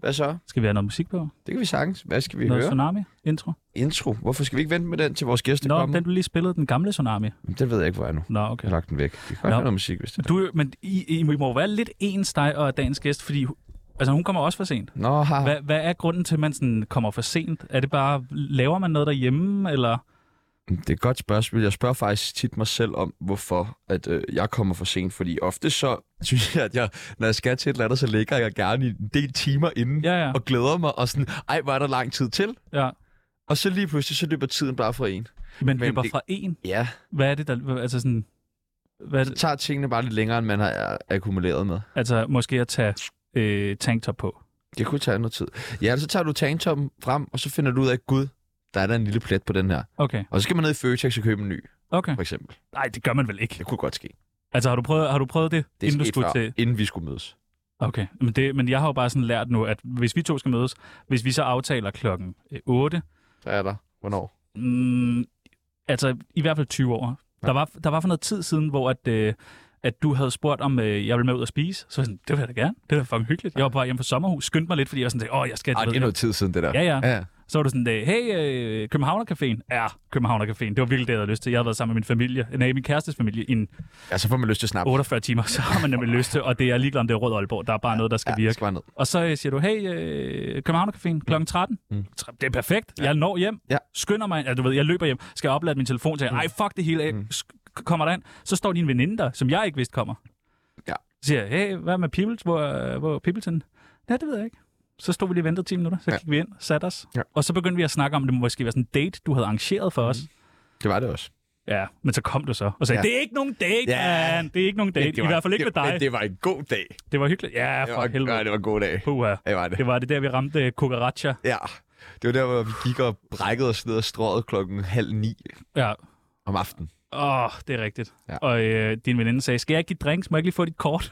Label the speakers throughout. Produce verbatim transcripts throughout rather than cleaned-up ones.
Speaker 1: Hvad så?
Speaker 2: Skal vi have noget musik på?
Speaker 1: Det kan vi sagtens. Hvad skal vi
Speaker 2: noget
Speaker 1: høre?
Speaker 2: Tsunami? Intro?
Speaker 1: Intro. Hvorfor skal vi ikke vente med den til vores gæster
Speaker 2: Nå,
Speaker 1: kommer?
Speaker 2: den du lige spillede, den gamle Tsunami.
Speaker 1: Den ved jeg ikke, hvor er nu.
Speaker 2: Nå, okay.
Speaker 1: Jeg har lagt den væk. Vi kan godt
Speaker 2: Nå.
Speaker 1: høre noget musik, hvis det er.
Speaker 2: Du, men I, I må være lidt ens dig og dagens gæst, fordi altså, hun kommer også for sent.
Speaker 1: Nå, har...
Speaker 2: Hvad, hvad er grunden til, at man sådan kommer for sent? Er det bare, laver man noget derhjemme, eller...
Speaker 1: Det er et godt spørgsmål. Jeg spørger faktisk tit mig selv om, hvorfor at, øh, jeg kommer for sent. Fordi ofte så synes jeg, at jeg, når jeg skal til et eller andet, så ligger jeg gerne i en del timer inden
Speaker 2: Ja, ja.
Speaker 1: og glæder mig. Og sådan, ej, hvor er der lang tid til?
Speaker 2: Ja.
Speaker 1: Og så lige pludselig, så løber tiden bare fra en.
Speaker 2: Men,
Speaker 1: Men
Speaker 2: løber
Speaker 1: det-
Speaker 2: fra en?
Speaker 1: Ja,
Speaker 2: Hvad er det, der... Altså sådan... Hvad er
Speaker 1: så
Speaker 2: det?
Speaker 1: tager tingene bare lidt længere, end man har akkumuleret med.
Speaker 2: Altså, måske at tage øh, tanktop på.
Speaker 1: Det kunne tage noget tid. Ja, så tager du tanktoppen frem, og så finder du ud af, gud, der er der en lille plet på den her.
Speaker 2: Okay,
Speaker 1: Og så skal man ned i Føtex og købe en ny,
Speaker 2: okay.
Speaker 1: for eksempel.
Speaker 2: Nej, det gør man vel ikke.
Speaker 1: Det kunne godt ske.
Speaker 2: Altså, har du prøvet, har du prøvet det,
Speaker 1: Det
Speaker 2: inden du
Speaker 1: skete
Speaker 2: skulle
Speaker 1: før,
Speaker 2: til...
Speaker 1: inden vi skulle mødes.
Speaker 2: Okay, men, det, men jeg har jo bare sådan lært nu, at hvis vi to skal mødes, hvis vi så aftaler klokken otte,
Speaker 1: Så er der. Hvornår?
Speaker 2: mm, altså i hvert fald tyve år.
Speaker 1: Ja.
Speaker 2: Der var, der var for noget tid siden, hvor at, øh, at du havde spurgt, om øh, jeg ville med ud og spise. Så var jeg sådan, det vil jeg da gerne. Det er da fucking hyggeligt. Jeg var på vej hjem fra sommerhus, skyndte mig lidt, fordi jeg var sådan, åh, jeg skal...
Speaker 1: Ej,
Speaker 2: du
Speaker 1: det er
Speaker 2: ved,
Speaker 1: noget tid siden, det der.
Speaker 2: Ja, ja.
Speaker 1: ja.
Speaker 2: Så var du sådan, øh, hey, øh, Københavner-caféen. Ja, Københavner-caféen. Det var virkelig det, jeg havde lyst til. Jeg havde været sammen med min familie, nej, min kærestes familie, i en
Speaker 1: Ja, så får man lyst til snaps.
Speaker 2: otteogfyrre timer. Så har man nemlig lyst til, og det er ligeglad om det er Rød Aalborg. Der er bare ja, noget, der skal
Speaker 1: ja,
Speaker 2: virke.
Speaker 1: det skal bare ned.
Speaker 2: Og så øh, siger du, hey, øh, Københavner-caféen klokken tretten.
Speaker 1: Mm.
Speaker 2: Det er perfekt. Ja. Jeg når hjem.
Speaker 1: Ja.
Speaker 2: Skynder mig. Ja, du ved, jeg løber hjem. Skal jeg oplade min telefon til, ej, fuck det hele af.
Speaker 1: Mm.
Speaker 2: Sk- kommer der ind. Så står din veninde der, som jeg ikke vidste kommer.
Speaker 1: Ja.
Speaker 2: Så siger jeg, hey, hvad med Peoples? Hvor, øh, hvor er Peopleton? Ja, det ved jeg ikke. Så stod vi lige og ventede ti minutter. Så
Speaker 1: Ja.
Speaker 2: gik vi ind, satte os.
Speaker 1: Ja.
Speaker 2: Og så begyndte vi at snakke om, at det måske være sådan en date, du havde arrangeret for os.
Speaker 1: Det var det også.
Speaker 2: Ja, men så kom du så og sagde,
Speaker 1: Ja.
Speaker 2: det er ikke nogen date,
Speaker 1: Ja.
Speaker 2: man. Det er ikke nogen date.
Speaker 1: Men det
Speaker 2: I
Speaker 1: var-
Speaker 2: hvert fald ikke
Speaker 1: det,
Speaker 2: med dig.
Speaker 1: Men det var en god dag.
Speaker 2: Det var hyggeligt. Ja,
Speaker 1: Det
Speaker 2: for
Speaker 1: var,
Speaker 2: helvede.
Speaker 1: ja, det var en god dag.
Speaker 2: Puha.
Speaker 1: Det var det.
Speaker 2: Det var det der, vi ramte Cucaracha.
Speaker 1: Ja. Det var der, hvor vi gik og brækkede os ned og strøget klokken halv ni
Speaker 2: Ja.
Speaker 1: om aftenen.
Speaker 2: Åh, oh, det er rigtigt.
Speaker 1: Ja.
Speaker 2: Og øh, din veninde sagde, skal jeg ikke give drinks? Må jeg ikke lige få dit kort?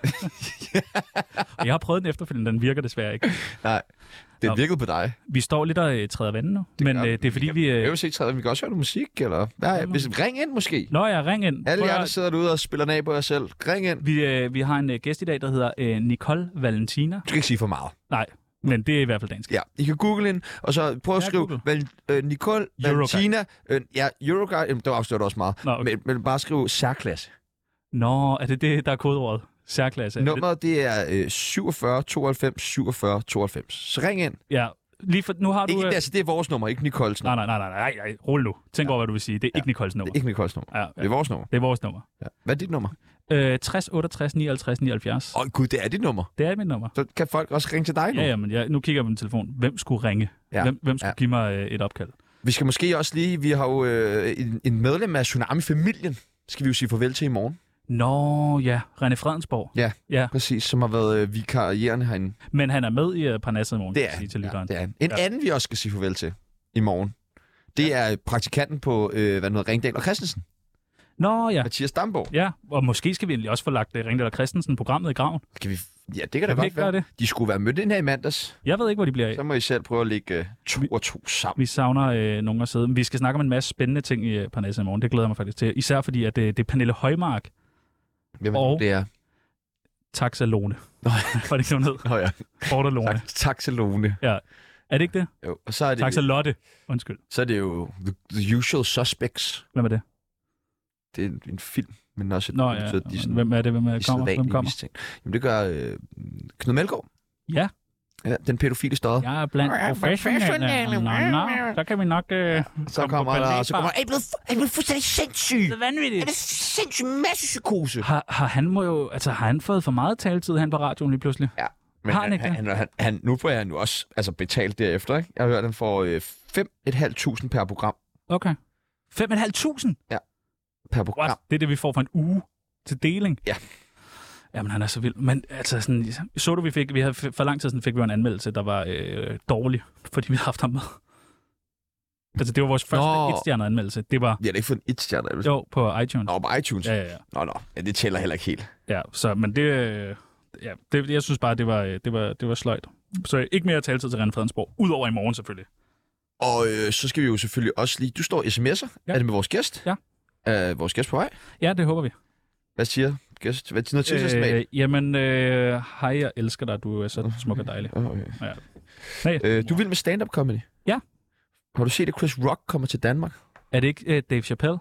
Speaker 2: Og jeg har prøvet den efterfølgende, den virker desværre ikke.
Speaker 1: Nej, det
Speaker 2: Nå.
Speaker 1: virkede på dig.
Speaker 2: Vi står lidt og øh, træder vandet nu, men
Speaker 1: gør
Speaker 2: øh,
Speaker 1: vi.
Speaker 2: det er fordi,
Speaker 1: kan,
Speaker 2: vi...
Speaker 1: Jeg
Speaker 2: Øh...
Speaker 1: vil se, træde, vi kan også høre noget musik, eller... Ja, hvis, ring ind måske.
Speaker 2: Nå ja, ring ind.
Speaker 1: Alle
Speaker 2: Prøv
Speaker 1: jer,
Speaker 2: at-
Speaker 1: der sidder derude og spiller nab på jer selv. Ring ind.
Speaker 2: Vi, øh, vi har en øh, gæst i dag, der hedder øh, Nicole Valentina.
Speaker 1: Du skal ikke sige for meget.
Speaker 2: Nej, men det er i hvert fald dansk.
Speaker 1: Ja, I kan google ind, og så prøv at
Speaker 2: Ja,
Speaker 1: skrive
Speaker 2: Google.
Speaker 1: Val, øh, Nicole
Speaker 2: Euroguide.
Speaker 1: Valentina. Øh, ja, Euroguide. Jamen, der afslører du også meget.
Speaker 2: Nå, okay.
Speaker 1: men, men bare skriv særklasse.
Speaker 2: Nå, er det det, der er kodeordet? Særklasse? Er det-
Speaker 1: Nummeret, det er øh, syvogfyrre tooghalvfems syvogfyrre tooghalvfems. Så ring ind.
Speaker 2: Ja, lige for, nu har du...
Speaker 1: Ikke,
Speaker 2: Øh...
Speaker 1: altså, det er vores nummer, ikke Nicoles nummer.
Speaker 2: Nej, nej, nej, nej, nej, nej, rolig nu. Tænk
Speaker 1: Ja.
Speaker 2: over, hvad du vil sige. Det er
Speaker 1: Ja.
Speaker 2: ikke Nicoles nummer.
Speaker 1: Det er ikke Nicoles nummer.
Speaker 2: Ja, ja.
Speaker 1: Det er vores nummer.
Speaker 2: Det er vores nummer.
Speaker 1: Ja. Hvad er dit nummer?
Speaker 2: Øh, tres otteogtres nioghalvtreds nioghalvfjerds.
Speaker 1: Åh, oh, gud, det er dit nummer.
Speaker 2: Det er mit nummer.
Speaker 1: Så kan folk også ringe til dig nu.
Speaker 2: Ja, ja, men jeg, nu kigger jeg på min telefon. Hvem skulle ringe?
Speaker 1: Ja.
Speaker 2: Hvem, hvem skulle
Speaker 1: Ja.
Speaker 2: give mig øh, et opkald?
Speaker 1: Vi skal måske også lige, vi har jo øh, en, en medlem af Tsunami-familien, skal vi jo sige farvel til i morgen.
Speaker 2: Nå, ja. René Fredensborg.
Speaker 1: Ja,
Speaker 2: Ja.
Speaker 1: præcis, som har været øh, vikarierende herinde.
Speaker 2: Men han er med i uh, Parnasset i morgen,
Speaker 1: Det
Speaker 2: kan
Speaker 1: er
Speaker 2: jeg
Speaker 1: han.
Speaker 2: sige til
Speaker 1: Ja,
Speaker 2: lytteren.
Speaker 1: det er han. En
Speaker 2: Ja.
Speaker 1: anden, vi også skal sige farvel til i morgen, det er praktikanten på, øh, hvad nu hedder, Ringdal og Christensen,
Speaker 2: Nå, ja.
Speaker 1: Mathias Damborg.
Speaker 2: Ja, og måske skal vi egentlig også få lagt uh, Ringdal og Christensen programmet i graven.
Speaker 1: Kan vi, ja, det kan da
Speaker 2: Kan vi
Speaker 1: godt
Speaker 2: ikke gøre
Speaker 1: være.
Speaker 2: det?
Speaker 1: De skulle være mødt ind her i mandags.
Speaker 2: Jeg ved ikke, hvor de bliver af.
Speaker 1: Så må I selv prøve at lægge øh, to og to sammen.
Speaker 2: Vi savner øh, nogen at sidde. Men vi skal snakke om en masse spændende ting i uh, Parnasset i morgen. Det glæder jeg mig faktisk til. Især fordi, at det, det er Pernille Højmark,
Speaker 1: Hvem
Speaker 2: og-
Speaker 1: det er?
Speaker 2: Taxalone.
Speaker 1: Nå,
Speaker 2: Var det ikke noget?
Speaker 1: Nå ja.
Speaker 2: Borderlone.
Speaker 1: Tak, tak til Lone.
Speaker 2: Ja. Er det ikke det?
Speaker 1: Jo, og så er det,
Speaker 2: Taxalotte. Undskyld.
Speaker 1: så er det jo The, the Usual Suspects.
Speaker 2: Hvem er det?
Speaker 1: Det er en, en film, men også et
Speaker 2: Nå ja,
Speaker 1: de, sådan,
Speaker 2: hvem er det? Hvem er,
Speaker 1: de
Speaker 2: kommer? Hvem
Speaker 1: sædvanlige
Speaker 2: kommer?
Speaker 1: mistænkte. Jamen det gør øh, Knud Melgaard.
Speaker 2: Ja,
Speaker 1: Ja, den pædofile stodder.
Speaker 2: jeg er blandt professionelle. Nå, nå, så kan vi nok... Øh,
Speaker 1: Så
Speaker 2: komme
Speaker 1: kommer
Speaker 2: på
Speaker 1: der, så kommer
Speaker 2: balletbar.
Speaker 1: der, er I blevet, er I blevet fuldstændig sindssyg?
Speaker 2: Det er
Speaker 1: Er
Speaker 2: vanvittigt.
Speaker 1: det sindssyg masse psykose?
Speaker 2: Har, har han må jo, altså har han fået for meget taletid han på radioen lige pludselig?
Speaker 1: Ja. Men
Speaker 2: Har han ikke
Speaker 1: han, han, han, han, nu får han jo også altså, betalt derefter, ikke? Jeg har hørt, at han får øh, fem et halvt tusind per program.
Speaker 2: Okay. Fem og et halvt tusind?
Speaker 1: Per program.
Speaker 2: What? Det er det, vi får for en uge til deling?
Speaker 1: Ja.
Speaker 2: Jamen, han er så vild. Men altså, sådan, så du, vi fik, vi havde, for lang tid siden fik vi jo en anmeldelse, der var øh, dårlig, fordi vi havde haft ham med. Altså, det var vores første
Speaker 1: Nå.
Speaker 2: et-stjernet anmeldelse. Det var,
Speaker 1: Vi har da ikke fået en et-stjerne. eller
Speaker 2: jo, på iTunes.
Speaker 1: Nå, på iTunes.
Speaker 2: Ja, ja, ja.
Speaker 1: Nå, nå. Ja, det tæller heller ikke helt.
Speaker 2: Ja, så, men det, øh, ja, det, jeg synes bare, det var, øh, det var, det var sløjt. Så ikke mere taletid til René Fredensborg, udover i morgen selvfølgelig.
Speaker 1: Og øh, så skal vi jo selvfølgelig også lige... Du står sms'er.
Speaker 2: Ja.
Speaker 1: Er det med vores gæst?
Speaker 2: Ja.
Speaker 1: Er vores gæst på vej?
Speaker 2: Ja, det håber vi.
Speaker 1: Hvad siger gæst? Hvad siger noget til
Speaker 2: Øh, jamen, øh, hej, jeg elsker dig, du er så smuk og dejlig.
Speaker 1: Okay.
Speaker 2: Ja. Nej.
Speaker 1: Øh, du vil med stand-up comedy?
Speaker 2: Ja.
Speaker 1: Har du set, at Chris Rock kommer til Danmark?
Speaker 2: Er det ikke uh, Dave Chappelle?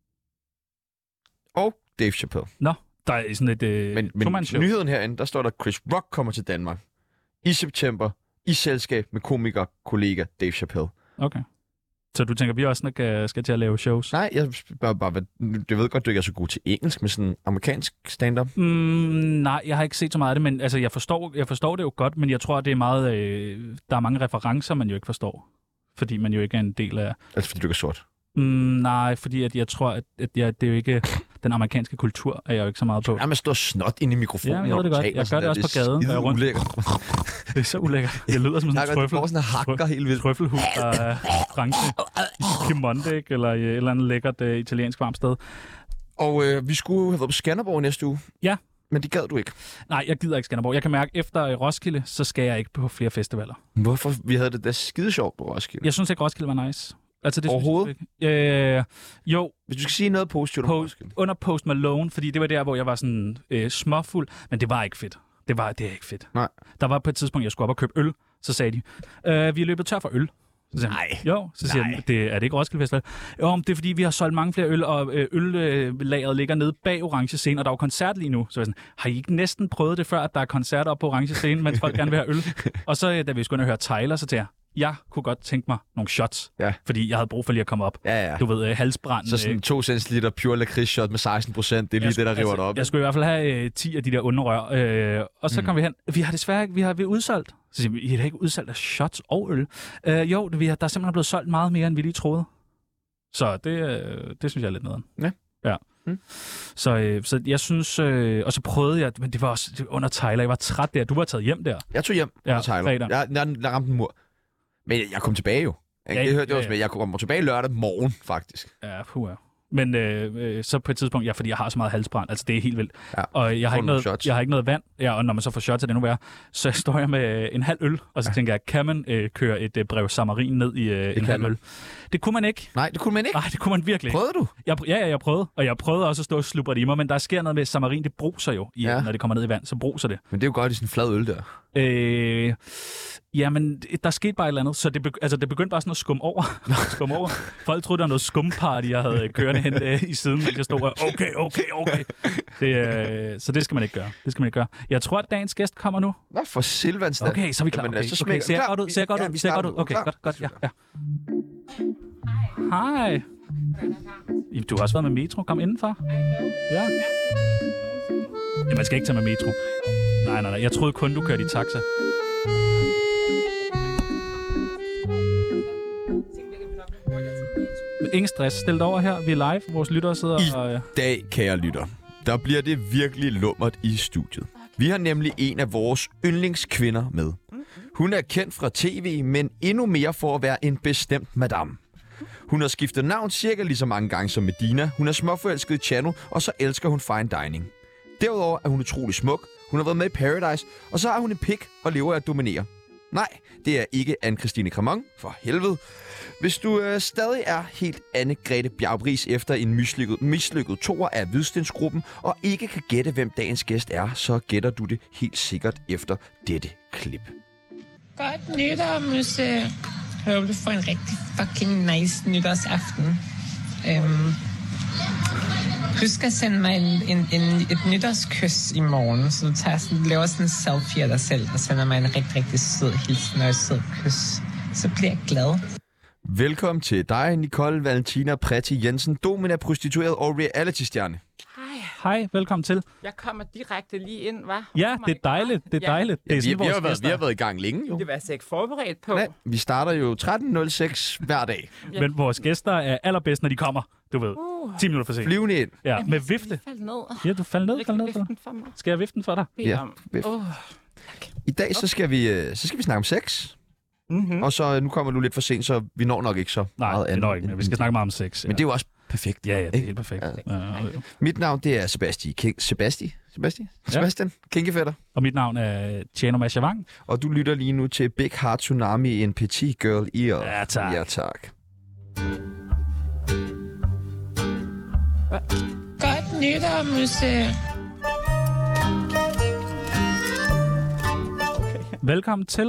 Speaker 1: Og Dave Chappelle.
Speaker 2: Nå, der er sådan et uh,
Speaker 1: Men, men nyheden herinde, der står der, at Chris Rock kommer til Danmark i september i selskab med komiker kollega Dave Chappelle.
Speaker 2: Okay. Så du tænker, vi også skal, skal til at lave shows?
Speaker 1: Nej, jeg spørger bare, hvad, jeg ved godt, du ikke er så god til engelsk med sådan amerikansk stand-up.
Speaker 2: Mm, nej, jeg har ikke set så meget af det, men altså, jeg, forstår, jeg forstår det jo godt, men jeg tror, det er meget... Øh, der er mange referencer, man jo ikke forstår. Fordi man jo ikke er en del af...
Speaker 1: Altså fordi du ikke er sort?
Speaker 2: Mm, nej, fordi at jeg tror, at, at jeg, det er jo ikke... Den amerikanske kultur er jeg jo ikke så meget på.
Speaker 1: Ja, man står snot inde i mikrofonen.
Speaker 2: Ja, jeg ved det godt. Jeg gør det også på gaden.
Speaker 1: Det er
Speaker 2: rundt.
Speaker 1: ulækkert.
Speaker 2: Det er så ulækkert. Jeg lyder som sådan en trøffel.
Speaker 1: Jeg sådan en hakker helt vildt.
Speaker 2: Trøffelhus, der er Frankrig. I Piemonte, ikke? Eller i et eller andet lækkert uh, italiensk varmt sted.
Speaker 1: Og øh, vi skulle have været på Skanderborg næste uge.
Speaker 2: Ja.
Speaker 1: Men det gad du ikke.
Speaker 2: Nej, jeg gider ikke Skanderborg. Jeg kan mærke, efter Roskilde, så skal jeg ikke på flere festivaler.
Speaker 1: Hvorfor? Vi havde det da skide sjovt på Roskilde.
Speaker 2: Jeg synes ikke, Roskilde var nice. Altså, det
Speaker 1: Overhovedet?
Speaker 2: Øh, jo.
Speaker 1: Hvis du skal sige noget positivt om Roskilde.
Speaker 2: Under Post Malone, fordi det var der, hvor jeg var sådan øh, småfuld, men det var ikke fedt. Det var det er ikke fedt.
Speaker 1: Nej.
Speaker 2: Der var på et tidspunkt, jeg skulle op og købe øl, så sagde de, øh, vi er løbet tør for øl. Så siger
Speaker 1: Nej.
Speaker 2: Jeg, jo, så siger
Speaker 1: Nej.
Speaker 2: jeg, det, er det ikke Roskilde Festival? Jo, det er fordi, vi har solgt mange flere øl, og øh, øllageret ligger nede bag Orange Scene, og der er jo koncert lige nu. Så jeg sådan, har I ikke næsten prøvet det før, at der er koncert op på Orange Scene, mens folk gerne vil have øl? Og så, da vi skulle høre Tyler, så tænkte jeg, jeg kunne godt tænke mig nogle shots,
Speaker 1: ja.
Speaker 2: Fordi jeg havde brug for lige at komme op.
Speaker 1: Ja, ja.
Speaker 2: Du ved, øh, halsbrand.
Speaker 1: Så sådan to centiliter pure lakridsshot med seksten procent, det er lige
Speaker 2: skulle,
Speaker 1: det, der river
Speaker 2: altså,
Speaker 1: dig op.
Speaker 2: Jeg skulle i hvert fald have øh, ti af de der underrør, øh, og så mm. kom vi hen. Vi har desværre ikke, vi har vi er udsolgt. Så siger vi, I har ikke udsolgt af shots og øl. Øh, jo, vi har, der er simpelthen blevet solgt meget mere, end vi lige troede. Så det, øh, det synes jeg er lidt nederen.
Speaker 1: Ja.
Speaker 2: Ja. Mm. Så, øh, så jeg synes, øh, og så prøvede jeg, men det var også det var under Tyler, jeg var træt der. Du var taget hjem der.
Speaker 1: Jeg tog hjem
Speaker 2: ja,
Speaker 1: under Tyler.
Speaker 2: Fredag.
Speaker 1: Jeg, jeg, jeg ramte en mur. Men jeg kom tilbage jo. Jeg, ja, jeg hørte det også, ja, ja. Jeg kom tilbage lørdag morgen, faktisk.
Speaker 2: Ja, puh. Men øh, øh, så på et tidspunkt, ja, fordi jeg har så meget halsbrand, altså det er helt vildt.
Speaker 1: Ja.
Speaker 2: Og jeg har, ikke noget, jeg har ikke noget vand, ja, og når man så får shots, er det nu værre. Så står jeg med en halv øl, og så ja. tænker jeg, kan man øh, køre et øh, brev Samarin ned i øh, en halv øl? Det kunne man ikke.
Speaker 1: Nej, det kunne man ikke?
Speaker 2: Nej, det kunne man virkelig.
Speaker 1: Prøvede du?
Speaker 2: Jeg, ja, ja, jeg prøvede. Og jeg prøvede også at stå og slubre det i mig, men der sker noget med Samarin, det bruser jo, i, ja. Når det kommer ned i vand, så bruser det.
Speaker 1: Men det er jo godt i sådan en flad øl der.
Speaker 2: Øh... Jamen, der skete bare et eller andet, så det, begy- altså, det begyndte bare sådan at skumme over. skumme over. Folk troede, der var noget skumparty, jeg havde kørende hen øh, i siden, mens jeg stod og, okay, okay, okay. Det, øh, så det skal man ikke gøre. Det skal man ikke gøre. Jeg tror, at dagens gæst kommer nu.
Speaker 1: Hvad for Silvans?
Speaker 2: Okay, så er vi klar. Okay, okay. okay. Ser jeg godt ud? Ser jeg godt ud? Ser jeg godt ud? Okay, godt, godt, ja, ja. Hej. Du har også været med Metro. Kom indenfor. Ja. Ja, man skal ikke tage med Metro. Nej, nej, nej. Jeg troede kun, du kørte i taxa. Ingen stress. Stil dig over her. Vi er live. Vores lyttere sidder
Speaker 1: I
Speaker 2: og...
Speaker 1: I dag, kære lytter, der bliver det virkelig lummert i studiet. Vi har nemlig en af vores yndlingskvinder med. Hun er kendt fra tv, men endnu mere for at være en bestemt madame. Hun har skiftet navn cirka lige så mange gange som Medina. Hun er småforelsket i Chano, og så elsker hun fine dining. Derudover er hun utrolig smuk. Hun har været med i Paradise, og så har hun en pik og lever af at dominere. Nej, det er ikke Anne-Christine Kramon, for helvede. Hvis du øh, stadig er helt Anne-Grethe Bjarup-Riis efter en mislykket, mislykket toer af Hvidstensgruppen, og ikke kan gætte, hvem dagens gæst er, så gætter du det helt sikkert efter dette klip.
Speaker 3: Godt nytår, Musse. Jeg håber, du får en rigtig fucking nice nytårsaften. Øhm, husk at sende mig en, en, en, et nytårskys i morgen, så du tager sådan, laver sådan en selfie af dig selv, og sender mig en rigtig, rigtig sød hilsen og et sød kys. Så bliver jeg glad.
Speaker 1: Velkommen til dig, Nicole Valentina Preti Jensen, domina, prostitueret og reality-stjerne.
Speaker 4: Hej.
Speaker 2: Hej, velkommen til.
Speaker 4: Jeg kommer direkte lige ind, hva?
Speaker 2: Ja, det er dejligt, det er dejligt.
Speaker 1: Ja,
Speaker 2: det er
Speaker 1: vi, vi, har været, vi har været i gang længe, jo.
Speaker 4: Det var jeg altså ikke forberedt på.
Speaker 1: Nej, vi starter jo tretten nul seks hver dag.
Speaker 2: Ja. Men vores gæster er allerbedst, når de kommer, du ved. Uh. ti minutter for sent.
Speaker 1: Flyvende ind.
Speaker 2: Ja,
Speaker 4: Jamen,
Speaker 2: med vifte.
Speaker 4: Fald ned.
Speaker 2: Ja, du falder ned,
Speaker 4: Jeg
Speaker 2: falder
Speaker 4: kan
Speaker 2: ned.
Speaker 4: vifte den for mig.
Speaker 2: Skal jeg vifte den for dig?
Speaker 1: Ja,
Speaker 4: uh.
Speaker 1: I dag så skal, vi, så skal vi snakke om sex.
Speaker 4: Mm-hmm.
Speaker 1: Og så nu kommer du lidt for sent, så vi når nok ikke så
Speaker 2: Nej,
Speaker 1: meget
Speaker 2: andet. Nej, ikke, men vi skal snakke meget om sex. Ja.
Speaker 1: Men det er jo også perfekt.
Speaker 2: Ja, ja, det er helt perfekt.
Speaker 1: Ja.
Speaker 2: Ja, ja.
Speaker 1: Mit navn, det er Sebastian King. Sebastian? Sebastian? Ja. Sebastian? Kinkefætter.
Speaker 2: Og mit navn er Tjano Mashavang.
Speaker 1: Og du lytter lige nu til Big Heart Tsunami, en petit girl ear.
Speaker 2: Ja, tak.
Speaker 1: Ja, tak.
Speaker 3: Godt nytår, Musse.
Speaker 2: Velkommen til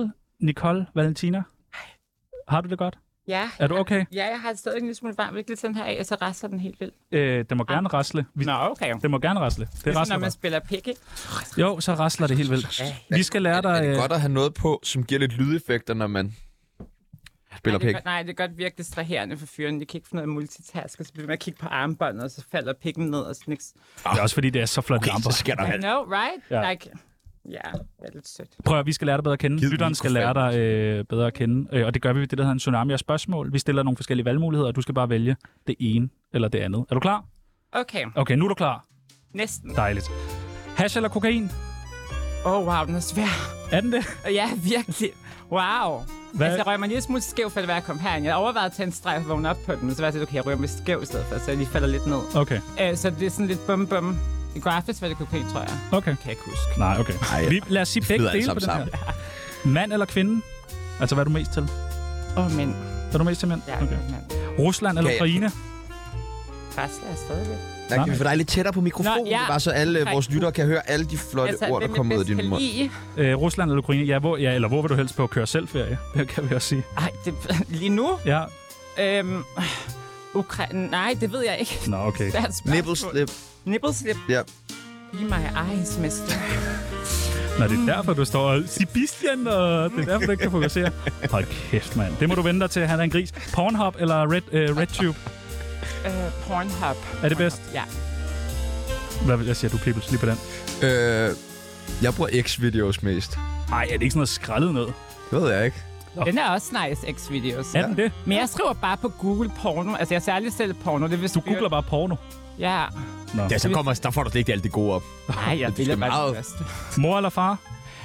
Speaker 2: Nicole Valentina. Har du det godt?
Speaker 4: Ja.
Speaker 2: Er du okay?
Speaker 4: Ja, jeg har stadig en lille smule varm. Virkelig sådan her af, og så rasler den helt vildt.
Speaker 2: Øh, det må gerne rasle. Vi,
Speaker 4: Nå, okay.
Speaker 2: det må gerne rasle. Det,
Speaker 4: Det er sådan,
Speaker 2: rasler
Speaker 4: når man
Speaker 2: bare.
Speaker 4: spiller pikke.
Speaker 2: Jo, så rasler det helt vildt. Vi skal lære dig...
Speaker 1: Er det
Speaker 2: øh,
Speaker 1: godt at have noget på, som giver lidt lydeffekter, når man spiller
Speaker 4: nej, det er
Speaker 1: pik?
Speaker 4: godt, nej, det er godt virkelig distraherende for fyren. De kan ikke få noget multitask, og så bliver man at kigge på armbåndet, og så falder pikken ned og sådan niks.
Speaker 2: Det er også fordi, det er så flot
Speaker 1: Okay,
Speaker 2: lamper.
Speaker 1: så skal der
Speaker 4: I know, right?
Speaker 2: Ja.
Speaker 4: Like, ja, det er lidt sødt.
Speaker 2: Prøv at vi skal lære dig bedre at kende.
Speaker 1: Gid
Speaker 2: Lytteren skal lære dig øh, bedre at kende. Øh, og det gør vi ved det, der hedder en tsunami af spørgsmål. Vi stiller nogle forskellige valgmuligheder, og du skal bare vælge det ene eller det andet. Er du klar?
Speaker 4: Okay,
Speaker 2: Okay, nu er du klar.
Speaker 4: næsten.
Speaker 2: Dejligt. Hash eller kokain?
Speaker 4: Åh, oh, wow, den er svær.
Speaker 2: Er den det?
Speaker 4: Ja, virkelig. Wow.
Speaker 2: Hvad?
Speaker 4: Altså, jeg røg mig en lille smule skæv, for det var, jeg kom herind. Jeg overvejede at tage en streg og vågne op på den, men så var jeg sådan, okay, jeg rører mig skæv i stedet for, så jeg lige falder lidt ned.
Speaker 2: Okay,
Speaker 4: Uh, så det er sådan lidt bum-bum. I går aftes var det kokain, tror jeg.
Speaker 2: okay.
Speaker 4: Kan jeg ikke huske.
Speaker 2: Nej, okay.
Speaker 1: Ej,
Speaker 2: Vi, lad os sige begge
Speaker 1: alle
Speaker 2: dele på
Speaker 1: sammen
Speaker 2: den her. Mand eller kvinde? Altså, hvad er du mest til?
Speaker 4: Åh, oh, men.
Speaker 2: Hvad er du mest til mænd?
Speaker 4: Ja,
Speaker 2: Okay.
Speaker 4: mand.
Speaker 2: Rusland eller
Speaker 1: Okay.
Speaker 2: Ukraine?
Speaker 4: Rasler er stadigvæk.
Speaker 1: Der kan vi få dig lidt tættere på mikrofonen,
Speaker 4: Nå, ja.
Speaker 1: bare så alle øh,
Speaker 4: Tak.
Speaker 1: vores lyttere kan høre alle de flotte
Speaker 4: Altså,
Speaker 1: ord, der
Speaker 4: hvem
Speaker 1: kommer
Speaker 4: jeg
Speaker 1: ud af
Speaker 4: bedst
Speaker 1: din
Speaker 4: kan
Speaker 1: mund.
Speaker 4: lide?
Speaker 2: Øh, Rusland eller Ukraine? Ja, hvor, ja, eller hvor vil du helst på at køre selv ferie? Det kan vi også sige.
Speaker 4: Ej, det, lige nu?
Speaker 2: Ja.
Speaker 4: Øhm, Ukraine? Nej, det ved jeg ikke.
Speaker 2: Nå, okay.
Speaker 4: Svært spørgsmål.
Speaker 1: Nippelslip.
Speaker 4: Nippelslip?
Speaker 1: Ja.
Speaker 4: Be my eyes, mister.
Speaker 2: Nå, det er derfor, du står og Sebastian, og det er derfor, du ikke kan fokusere. Hold kæft, mand. Det må du vente dig til. Han er en gris. Pornhub eller Red, uh, RedTube?
Speaker 4: Uh, Pornhub.
Speaker 2: Er det bedst?
Speaker 4: Ja.
Speaker 2: Hvad vil jeg sige, du Peoples lige på den?
Speaker 1: Øh, jeg bruger X-videos mest.
Speaker 2: Nej, er det ikke sådan noget skrællet noget?
Speaker 1: Det ved jeg ikke.
Speaker 4: Den er også nice, X-videos.
Speaker 2: Er den det?
Speaker 4: Men jeg skriver bare på Google porno. Altså, jeg særligt selv porno. Det vil
Speaker 2: Du googler bare porno.
Speaker 4: Ja.
Speaker 2: Nå.
Speaker 1: Ja, så kommer, der får du ikke alt det gode op.
Speaker 4: Nej, jeg
Speaker 1: Du
Speaker 4: vil
Speaker 1: skal
Speaker 4: bare
Speaker 1: meget-
Speaker 4: det første.
Speaker 2: Mor eller far?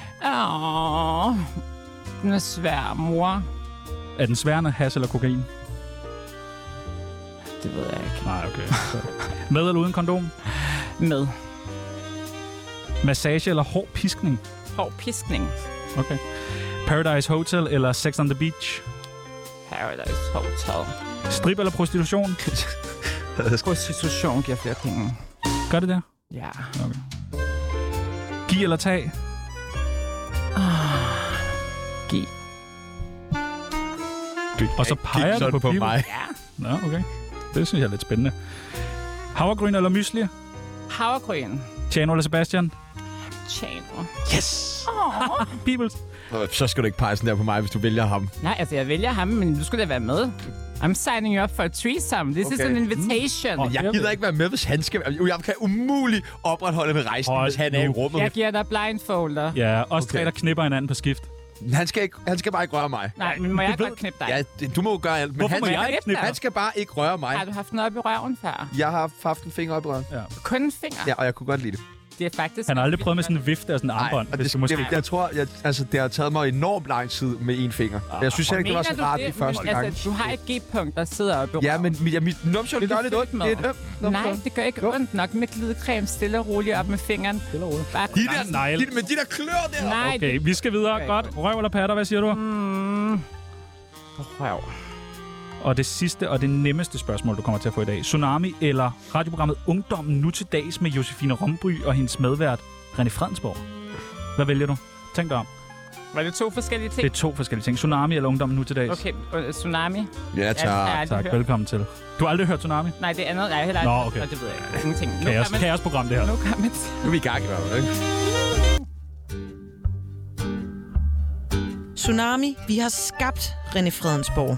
Speaker 4: Åh, den er svær, mor.
Speaker 2: Er den sværende hash eller kokain?
Speaker 4: Det ved jeg ikke.
Speaker 2: Nej, okay. Så. Med eller uden kondom?
Speaker 4: Med.
Speaker 2: Massage eller hård piskning?
Speaker 4: Hård piskning.
Speaker 2: Okay. Paradise Hotel eller Sex on the Beach?
Speaker 4: Paradise Hotel.
Speaker 2: Strip eller prostitution?
Speaker 4: Prostitution giver flere penge.
Speaker 2: Gør det der?
Speaker 4: Ja.
Speaker 2: Okay. Giv eller tag?
Speaker 4: Giv.
Speaker 2: Og så peger du på,
Speaker 1: på
Speaker 2: people.
Speaker 1: mig.
Speaker 4: Ja.
Speaker 2: Nå, okay. Det synes jeg er lidt spændende. Havregryn eller mysli?
Speaker 4: Havregryn.
Speaker 2: Tjano eller Sebastian?
Speaker 4: Chano.
Speaker 2: Yes!
Speaker 4: Åh.
Speaker 2: Peoples.
Speaker 1: Så skal du ikke pege sådan der på mig, hvis du vælger ham.
Speaker 4: Nej, altså jeg vælger ham, men du skulle da være med. I'm signing you up for a threesome. This
Speaker 1: Okay.
Speaker 4: is an invitation.
Speaker 2: Mm. Og
Speaker 1: Jeg gider ikke være med, hvis han skal... Jeg kan umuligt opretholde en rejse,
Speaker 2: Hold
Speaker 1: hvis han er i
Speaker 2: nu.
Speaker 1: rummet.
Speaker 4: Jeg giver dig blindfolder.
Speaker 2: Ja, os
Speaker 1: Okay.
Speaker 2: tre, der knipper hinanden på skift.
Speaker 1: Han skal, ikke, han skal bare ikke røre mig.
Speaker 4: Nej, men må jeg
Speaker 2: ved-
Speaker 4: godt knippe dig?
Speaker 1: Ja, det- du må jo gøre alt, men
Speaker 2: Hvorfor
Speaker 1: han,
Speaker 2: må jeg
Speaker 1: han,
Speaker 2: ikke knippe
Speaker 1: han skal bare ikke røre mig.
Speaker 4: Har du haft noget op i røven før?
Speaker 1: Jeg har haft en finger op i røven.
Speaker 4: Kun en finger?
Speaker 1: Ja, og jeg kunne godt lide det.
Speaker 4: Det er faktisk...
Speaker 2: Han har aldrig prøvet med sådan en vifte og sådan en armbånd.
Speaker 1: og
Speaker 2: hvis
Speaker 1: det,
Speaker 2: du måske...
Speaker 1: det, jeg tror, jeg, altså, det har taget mig enormt lang tid med en finger.
Speaker 2: Ah,
Speaker 1: Jeg synes heller ikke, det var så
Speaker 4: Mener
Speaker 1: rart
Speaker 4: du
Speaker 1: de
Speaker 4: det?
Speaker 1: første
Speaker 4: Men,
Speaker 1: gang.
Speaker 4: altså, du har et G-punkt, der sidder oppe i
Speaker 1: Ja,
Speaker 4: røven.
Speaker 1: men mit, ja, mit numsehul, det
Speaker 4: Vil
Speaker 1: gør
Speaker 4: du
Speaker 1: lidt ondt.
Speaker 4: flytte
Speaker 1: Det er
Speaker 4: med?
Speaker 1: et ømt
Speaker 4: Nej,
Speaker 1: numsehul.
Speaker 4: det gør ikke
Speaker 1: Jo.
Speaker 4: ondt nok med glidecreme stille og roligt op med fingeren.
Speaker 2: Stille og roligt.
Speaker 4: Bare
Speaker 1: De der,
Speaker 2: Negle.
Speaker 1: de, med de der klør der.
Speaker 4: Nej,
Speaker 2: Okay, vi skal videre.
Speaker 4: Okay.
Speaker 2: Godt. Røv eller patter, hvad siger du?
Speaker 4: Mm. Røv.
Speaker 2: Og det sidste og det nemmeste spørgsmål, du kommer til at få i dag. Tsunami eller radioprogrammet Ungdommen nu til dags med Josefine Romby og hendes medvært René Fredensborg? Hvad vælger du? Tænk dig om.
Speaker 4: Var det to forskellige ting?
Speaker 2: Det er to forskellige ting. Tsunami eller Ungdommen nu til dags?
Speaker 4: Okay, uh, Tsunami.
Speaker 1: Ja,
Speaker 4: Ja, det har jeg
Speaker 1: tak.
Speaker 4: aldrig
Speaker 2: Tak,
Speaker 4: hørt.
Speaker 2: velkommen til. Du har aldrig hørt Tsunami?
Speaker 4: Nej, det andet. Nej, heller
Speaker 2: Nå,
Speaker 4: aldrig.
Speaker 2: okay.
Speaker 4: Nå, det ved jeg ikke. Ingenting. Nu
Speaker 2: Kaos,
Speaker 4: kan man-
Speaker 2: kaosprogram, det her.
Speaker 4: Nu kan man...
Speaker 1: Nu er vi i gang i hvert fald, ikke?
Speaker 5: Tsunami, vi har skabt René Fredensborg.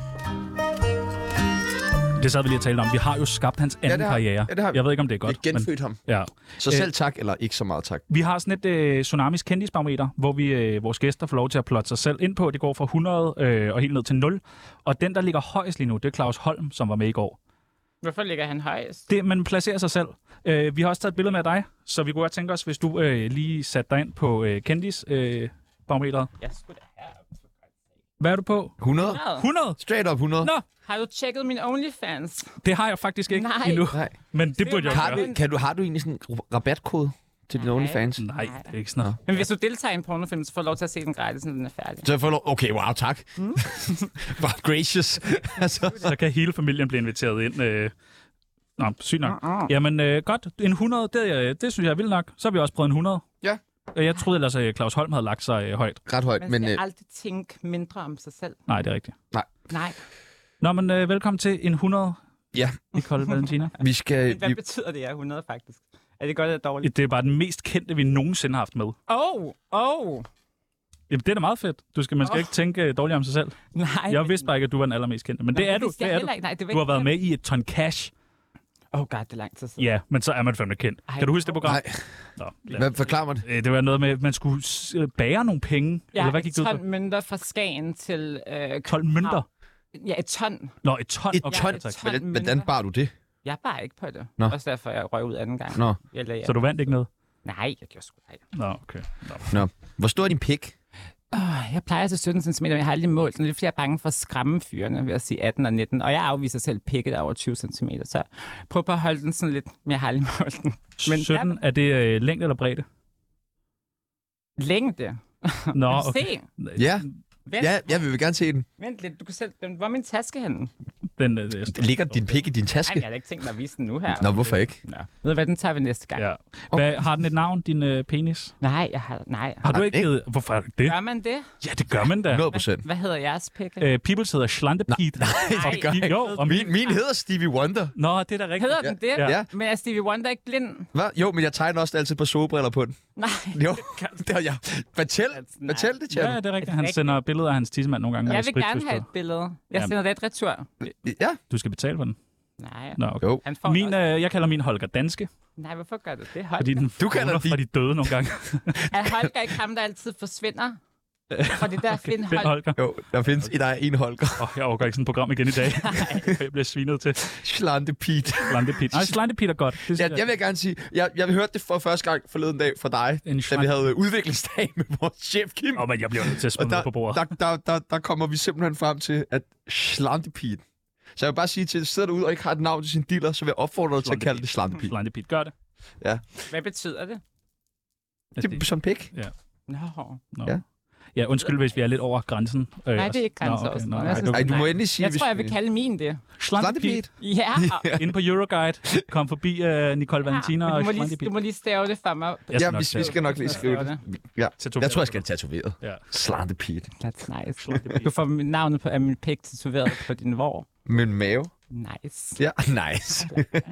Speaker 2: Det sad vi lige og talte om. Vi har jo skabt hans anden
Speaker 1: det har-
Speaker 2: karriere.
Speaker 1: ja, det har vi.
Speaker 2: Jeg ved ikke, om det er godt.
Speaker 1: Vi har genfødt ham.
Speaker 2: Men, ja.
Speaker 1: Så
Speaker 2: Øh,
Speaker 1: selv tak, eller ikke så meget tak.
Speaker 2: Vi har sådan et øh, Tsunamis kendisbarometer, hvor vi øh, vores gæster får lov til at plotte sig selv ind på. Det går fra hundrede øh, og helt ned til nul. Og den, der ligger højst lige nu, det er Claus Holm, som var med i går.
Speaker 4: Hvorfor ligger han højest?
Speaker 2: Det, man placerer sig selv. Øh, vi har også taget et billede med dig, så vi kunne godt tænke os, hvis du øh, lige satte dig ind på øh, kendisbarometeret. Øh, barometeret.
Speaker 4: Jeg skulle da have...
Speaker 2: Hvad er du på?
Speaker 1: hundrede?
Speaker 2: hundrede?
Speaker 1: Straight up hundrede?
Speaker 2: Nå,
Speaker 4: Har du tjekket min OnlyFans?
Speaker 2: det har jeg faktisk ikke
Speaker 4: Nej.
Speaker 2: endnu.
Speaker 1: Nej.
Speaker 2: Men det burde jeg
Speaker 1: Har
Speaker 2: gøre.
Speaker 1: du, kan du, har du egentlig sådan en rabatkode til din
Speaker 4: Nej.
Speaker 1: OnlyFans?
Speaker 2: Nej, det er ikke sådan noget.
Speaker 4: Men hvis du deltager i en pornofilm, så får du lov til at se den gratis, når den er færdig.
Speaker 1: Så jeg får lov... Okay, wow, tak. Mm. Wow, gracious. altså.
Speaker 2: Så kan hele familien blive inviteret ind. Øh... Nå, sygt nok.
Speaker 4: Uh-uh.
Speaker 2: Jamen, øh, godt. En hundrede, det, øh, det synes jeg er vildt nok. Så har vi også prøvet en hundrede.
Speaker 1: Ja.
Speaker 2: Jeg troede ellers, at Claus Holm havde lagt sig øh, højt.
Speaker 1: Ret højt,
Speaker 4: Man
Speaker 1: men...
Speaker 4: skal
Speaker 1: Øh,
Speaker 4: aldrig tænke mindre om sig selv.
Speaker 2: Nej, det er rigtigt.
Speaker 4: Nej.
Speaker 2: Nå, men øh, velkommen til en hundrede,
Speaker 1: ja,
Speaker 2: Nicole Valentina.
Speaker 1: vi skal...
Speaker 4: Hvad
Speaker 1: Vi,
Speaker 4: betyder det, at hundrede faktisk? Er det godt eller dårligt?
Speaker 2: Det er bare den mest kendte, vi nogensinde har haft med.
Speaker 4: Åh, oh, åh. Oh.
Speaker 2: Jamen, det er da meget fedt. Du skal, man skal
Speaker 4: Åh.
Speaker 2: ikke tænke øh, dårligt om sig selv.
Speaker 4: Nej.
Speaker 2: Jeg vidste bare ikke, at du var den allermest kendte. Men
Speaker 4: Nå,
Speaker 2: det er du.
Speaker 4: vidste
Speaker 2: Det
Speaker 4: jeg
Speaker 2: er du.
Speaker 4: heller ikke. Nej, det var
Speaker 2: Du har
Speaker 4: ikke
Speaker 2: været
Speaker 4: det.
Speaker 2: med i et ton cash.
Speaker 4: Åh, oh god, det er lang tid siden.
Speaker 2: Ja, men så er man fandme kendt.
Speaker 4: Ej,
Speaker 2: Kan du huske det program?
Speaker 1: nej,
Speaker 2: Nå, ja.
Speaker 1: hvad forklarer mig det?
Speaker 2: Øh, Det var noget med, at man skulle s- øh, bære nogle penge.
Speaker 4: Ja,
Speaker 2: Eller hvad gik det ud på?
Speaker 4: et ton mønter fra Skagen til øh,
Speaker 2: tolv mønter?
Speaker 4: Ja, et ton.
Speaker 2: Nå, et ton.
Speaker 1: Et
Speaker 2: Okay,
Speaker 1: ton?
Speaker 2: ja, tak.
Speaker 4: ton
Speaker 1: Hvordan,
Speaker 4: mønter.
Speaker 1: hvordan bar du det?
Speaker 4: Jeg bar ikke på det.
Speaker 1: Nå.
Speaker 4: Også derfor, jeg røg ud anden gang.
Speaker 1: Nå.
Speaker 4: Jeg lagde,
Speaker 2: Så du vandt ikke noget?
Speaker 4: Nej, jeg gjorde sgu nej.
Speaker 2: Nå, okay. Nå.
Speaker 1: Nå. Hvor stor er din pik?
Speaker 4: Oh, jeg plejer til sytten centimeter, men jeg har aldrig målt den. Det er fordi, jeg er bange for at skræmme fyrene ved at sige atten og nitten. Og jeg afviser selv pikket over tyve centimeter. Så prøv på at holde den sådan lidt, men jeg har aldrig målt den. Men
Speaker 2: sytten, er det øh, længde eller bredde?
Speaker 4: længde.
Speaker 2: Nå,
Speaker 4: Kan du
Speaker 2: okay.
Speaker 4: se?
Speaker 1: Ja,
Speaker 4: Vent,
Speaker 1: ja, jeg vil gerne se den.
Speaker 4: vent lidt. Du kan selv... Hvor er min taske henne?
Speaker 2: Den, øh, det er-
Speaker 1: Ligger din pik i din
Speaker 4: Nej,
Speaker 1: taske?
Speaker 4: jeg har da ikke tænkt mig at vise den nu her.
Speaker 1: Nå, hvorfor ikke?
Speaker 4: Nå. Ved du hvad, den tager vi næste gang.
Speaker 2: Ja. Hvad, har den et navn, din øh, penis?
Speaker 4: Nej, jeg har... Nej.
Speaker 2: Har du
Speaker 1: Nej,
Speaker 2: ikke
Speaker 1: ikke?
Speaker 2: givet... Hvorfor er det det?
Speaker 4: Gør man det?
Speaker 2: Ja, det gør man da.
Speaker 1: hundrede procent.
Speaker 4: Hvad hedder jeres pikke?
Speaker 2: Øh, Peoples hedder Schlantepete.
Speaker 1: Nej, det gør jeg ikke.
Speaker 2: Jo, og min...
Speaker 1: Min, min hedder Stevie Wonder.
Speaker 2: Nå, det er da rigtigt.
Speaker 4: Hedder den det?
Speaker 1: Ja.
Speaker 4: Men er Stevie Wonder ikke blind?
Speaker 1: Hvad? Jo, men jeg tegner også altid på solbriller på den.
Speaker 4: Nej.
Speaker 1: Jo, det har jeg. Fortæl, fortæl det til
Speaker 2: Ja,
Speaker 1: ham.
Speaker 2: det er rigtigt.
Speaker 4: Er det
Speaker 2: Han
Speaker 4: rigtigt?
Speaker 2: sender billeder af hans tissemand nogle gange.
Speaker 4: Jeg
Speaker 2: med
Speaker 4: vil gerne
Speaker 2: spritkryds
Speaker 4: have
Speaker 2: på.
Speaker 4: et billede. Jeg
Speaker 2: Jamen.
Speaker 4: sender det et retur.
Speaker 1: Ja,
Speaker 2: Du skal betale for den.
Speaker 4: Nej.
Speaker 2: Nå, okay.
Speaker 1: jo.
Speaker 4: Han får
Speaker 2: Min,
Speaker 4: også...
Speaker 2: øh, jeg kalder min Holger Danske,
Speaker 4: Nej, hvorfor gør du det? Hold.
Speaker 2: fordi den
Speaker 1: Du kalder
Speaker 2: vågner
Speaker 1: de-
Speaker 2: fra de døde nogle gange.
Speaker 4: Er Holger ikke ham, der altid forsvinder? Og det der okay. Finn
Speaker 2: Find
Speaker 4: Holger.
Speaker 2: Holger.
Speaker 1: Jo, der findes der er en Holger.
Speaker 2: Oh, jeg overgår ikke sådan et program igen i dag. Jeg bliver svinet til.
Speaker 1: Slante Pete.
Speaker 2: Slantepete. Nej, Slantepete er godt. Det synes
Speaker 1: Jeg, jeg vil gerne sige, jeg, jeg hørte det for første gang forleden dag fra dig,
Speaker 2: En
Speaker 1: da vi havde udviklingsdag med vores chef Kim.
Speaker 2: Åh, men jeg bliver nødt til at smide
Speaker 1: Og
Speaker 2: noget på bordet.
Speaker 1: der, der, der, der kommer vi simpelthen frem til, at Slantepete. Så jeg vil bare sige til, at sidder derude og ikke har et navn til sin dealer, så vil jeg opfordre dig til at kalde det Slantepete.
Speaker 2: Slantepete, gør det.
Speaker 4: Hvad betyder det?
Speaker 1: Det er som pik.
Speaker 4: Nå.
Speaker 2: Nå.
Speaker 1: Ja.
Speaker 2: Ja, undskyld, hvis vi er lidt over grænsen. Øh,
Speaker 4: Nej, det er ikke grænser
Speaker 2: Nå,
Speaker 4: også.
Speaker 2: Nå,
Speaker 4: Jeg
Speaker 2: nej,
Speaker 4: synes,
Speaker 2: du,
Speaker 1: Ej, du må
Speaker 4: Nej.
Speaker 1: endelig sige,
Speaker 4: Jeg
Speaker 1: hvis
Speaker 4: tror, jeg
Speaker 1: vi-
Speaker 4: vil kalde min det.
Speaker 2: Slantepete.
Speaker 4: Ja.
Speaker 2: Inde på Euroguide. Kom forbi uh, Nicole Valentina
Speaker 4: Men
Speaker 2: og
Speaker 4: du, må lige,
Speaker 2: Slantepete.
Speaker 4: du må lige stave det for mig.
Speaker 2: Jeg skal
Speaker 1: Ja,
Speaker 2: nok
Speaker 1: vi,
Speaker 2: tage
Speaker 1: vi
Speaker 2: det.
Speaker 1: skal nok lige skrive det. Ja.
Speaker 2: Tatovere.
Speaker 1: Jeg tror, jeg skal have tatoveret.
Speaker 2: Ja.
Speaker 1: Slantepete.
Speaker 4: That's nice. Du får navnet på, af min pik tatoveret på din vor.
Speaker 1: Min mave.
Speaker 4: Nice.
Speaker 1: Ja, nice.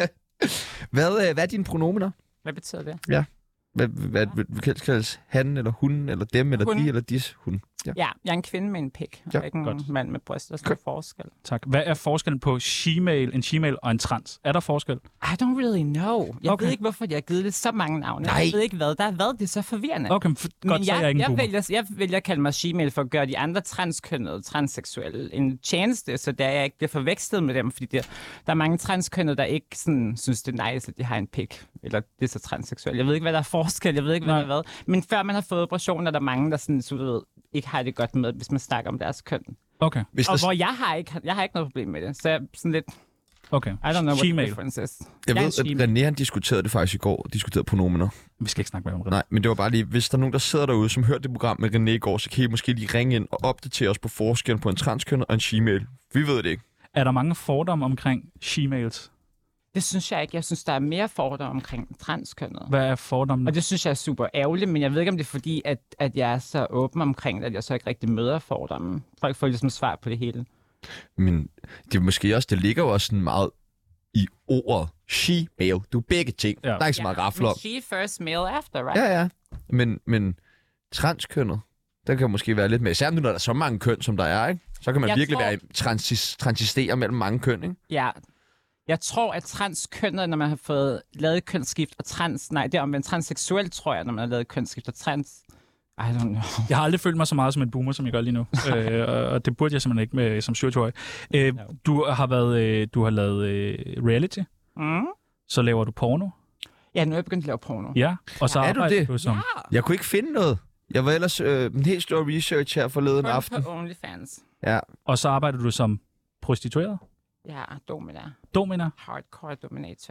Speaker 1: hvad, øh, hvad er dine pronomener?
Speaker 4: Hvad betyder det?
Speaker 1: Hvad, hvad, hvad, hvad kan det kaldes? Han eller hun, eller dem, eller
Speaker 4: Hun.
Speaker 1: de, eller dis? Hun. Ja.
Speaker 4: Ja, jeg er en kvinde med en pik,
Speaker 1: Ja,
Speaker 4: og ikke en
Speaker 2: godt.
Speaker 4: mand med bryst. Der er sådan en forskel.
Speaker 2: Tak. Hvad er forskellen på she-mail, en she-mail og en trans? Er der forskel?
Speaker 4: I don't really know. Jeg
Speaker 2: Okay.
Speaker 4: okay. ved ikke, hvorfor jeg har givet det så mange navne.
Speaker 1: Nej.
Speaker 4: Jeg ved ikke, hvad der har været. Det er så forvirrende.
Speaker 2: Okay, f-
Speaker 4: Men
Speaker 2: godt, så er
Speaker 4: jeg,
Speaker 2: jeg ikke en
Speaker 4: jeg,
Speaker 2: boomer.
Speaker 4: vælger, jeg vælger at kalde mig she-mail for at gøre de andre transkønnede, transseksuelle en tjeneste, så der jeg ikke bliver forvekslet med dem, fordi der, der er mange transkønnede, der ikke sådan, synes, det er nice, at de har en pik, eller det er så transseksuelt. Jeg ved ikke, hvad der er forskel, jeg ved ikke, hvad
Speaker 2: Nej.
Speaker 4: der er hvad. Men før man har fået operationer, er der mange, der sådan, så du ved, ikke har det godt med, hvis man snakker om deres køn.
Speaker 2: Okay,
Speaker 1: Hvis
Speaker 4: Og
Speaker 1: der,
Speaker 4: hvor jeg har ikke, jeg har ikke noget problem med det, så jeg er sådan lidt,
Speaker 2: okay.
Speaker 4: I don't know what the
Speaker 2: She-mail.
Speaker 4: difference is.
Speaker 1: jeg
Speaker 4: er
Speaker 1: ved,
Speaker 4: en
Speaker 1: at
Speaker 4: she-mail.
Speaker 1: René han diskuterede det faktisk i går, diskuterede pronomener.
Speaker 2: Vi skal ikke snakke mere om det.
Speaker 1: Nej, men det var bare lige, hvis der er nogen, der sidder derude, som hørte det program med René i går, så kan I måske lige ringe ind og opdatere os på forskellen på en transkønnet og en she-mail. Vi ved det ikke.
Speaker 2: Er der mange fordomme omkring she-mails?
Speaker 4: Det synes jeg ikke. Jeg synes, der er mere fordomme omkring transkønnede.
Speaker 2: Hvad er fordommene?
Speaker 4: Og det synes jeg er super ærgerligt, men jeg ved ikke, om det er fordi, at, at jeg er så åben omkring det, at jeg så ikke rigtig møder fordomme. Folk får ligesom svar på det hele.
Speaker 1: Men det er måske også, det ligger jo også sådan meget i ordet she-mail. Du er begge ting.
Speaker 2: Ja.
Speaker 1: Der er ikke så meget rafler om.
Speaker 4: She first, male after, right?
Speaker 1: Ja, ja. Men, men transkønnet, der kan måske være lidt mere. Især nu, når der er så mange køn, som der er, ikke? Så kan man
Speaker 4: Jeg
Speaker 1: virkelig
Speaker 4: tror-
Speaker 1: være transis, transistere mellem mange køn, ikke?
Speaker 4: Ja. Jeg tror, at transkønnet, når man har fået lavet et kønsskift, og trans... Nej, det er omvendt transseksuel, tror jeg, når man har lavet et kønsskift, og trans... I don't know.
Speaker 2: Jeg har aldrig følt mig så meget som en boomer, som jeg gør lige nu. øh, og- og det burde jeg simpelthen ikke med som syvogtyve-årig. Øh, du har været, øh, du har lavet øh, reality,
Speaker 4: Mm?
Speaker 2: så laver du porno.
Speaker 4: Ja, nu er jeg begyndt at lave porno.
Speaker 2: Ja, og så
Speaker 1: Er du
Speaker 2: arbejder
Speaker 1: det?
Speaker 2: du som...
Speaker 4: Ja.
Speaker 1: Jeg kunne ikke finde noget. Jeg var ellers øh, en helt stor research her forleden
Speaker 4: Kun
Speaker 1: aften.
Speaker 4: på OnlyFans.
Speaker 1: Ja.
Speaker 2: Og så arbejder du som prostitueret.
Speaker 4: Ja, domina.
Speaker 2: Domina.
Speaker 4: Hardcore dominatrix.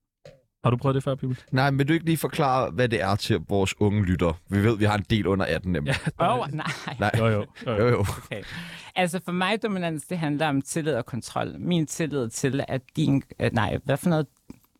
Speaker 2: Har du prøvet det før, Pibel?
Speaker 1: Nej, men vil du ikke lige forklare, hvad det er til vores unge lytter? Vi ved, vi har en del under atten nemlig.
Speaker 2: Ja,
Speaker 4: Åh, oh, nej.
Speaker 1: Nej.
Speaker 2: Jo, jo. jo,
Speaker 1: Jo,
Speaker 2: jo.
Speaker 1: jo.
Speaker 4: Okay. Altså for mig, dominans, det handler om tillid og kontrol. Min tillid til, at din... Øh, nej, hvad for noget?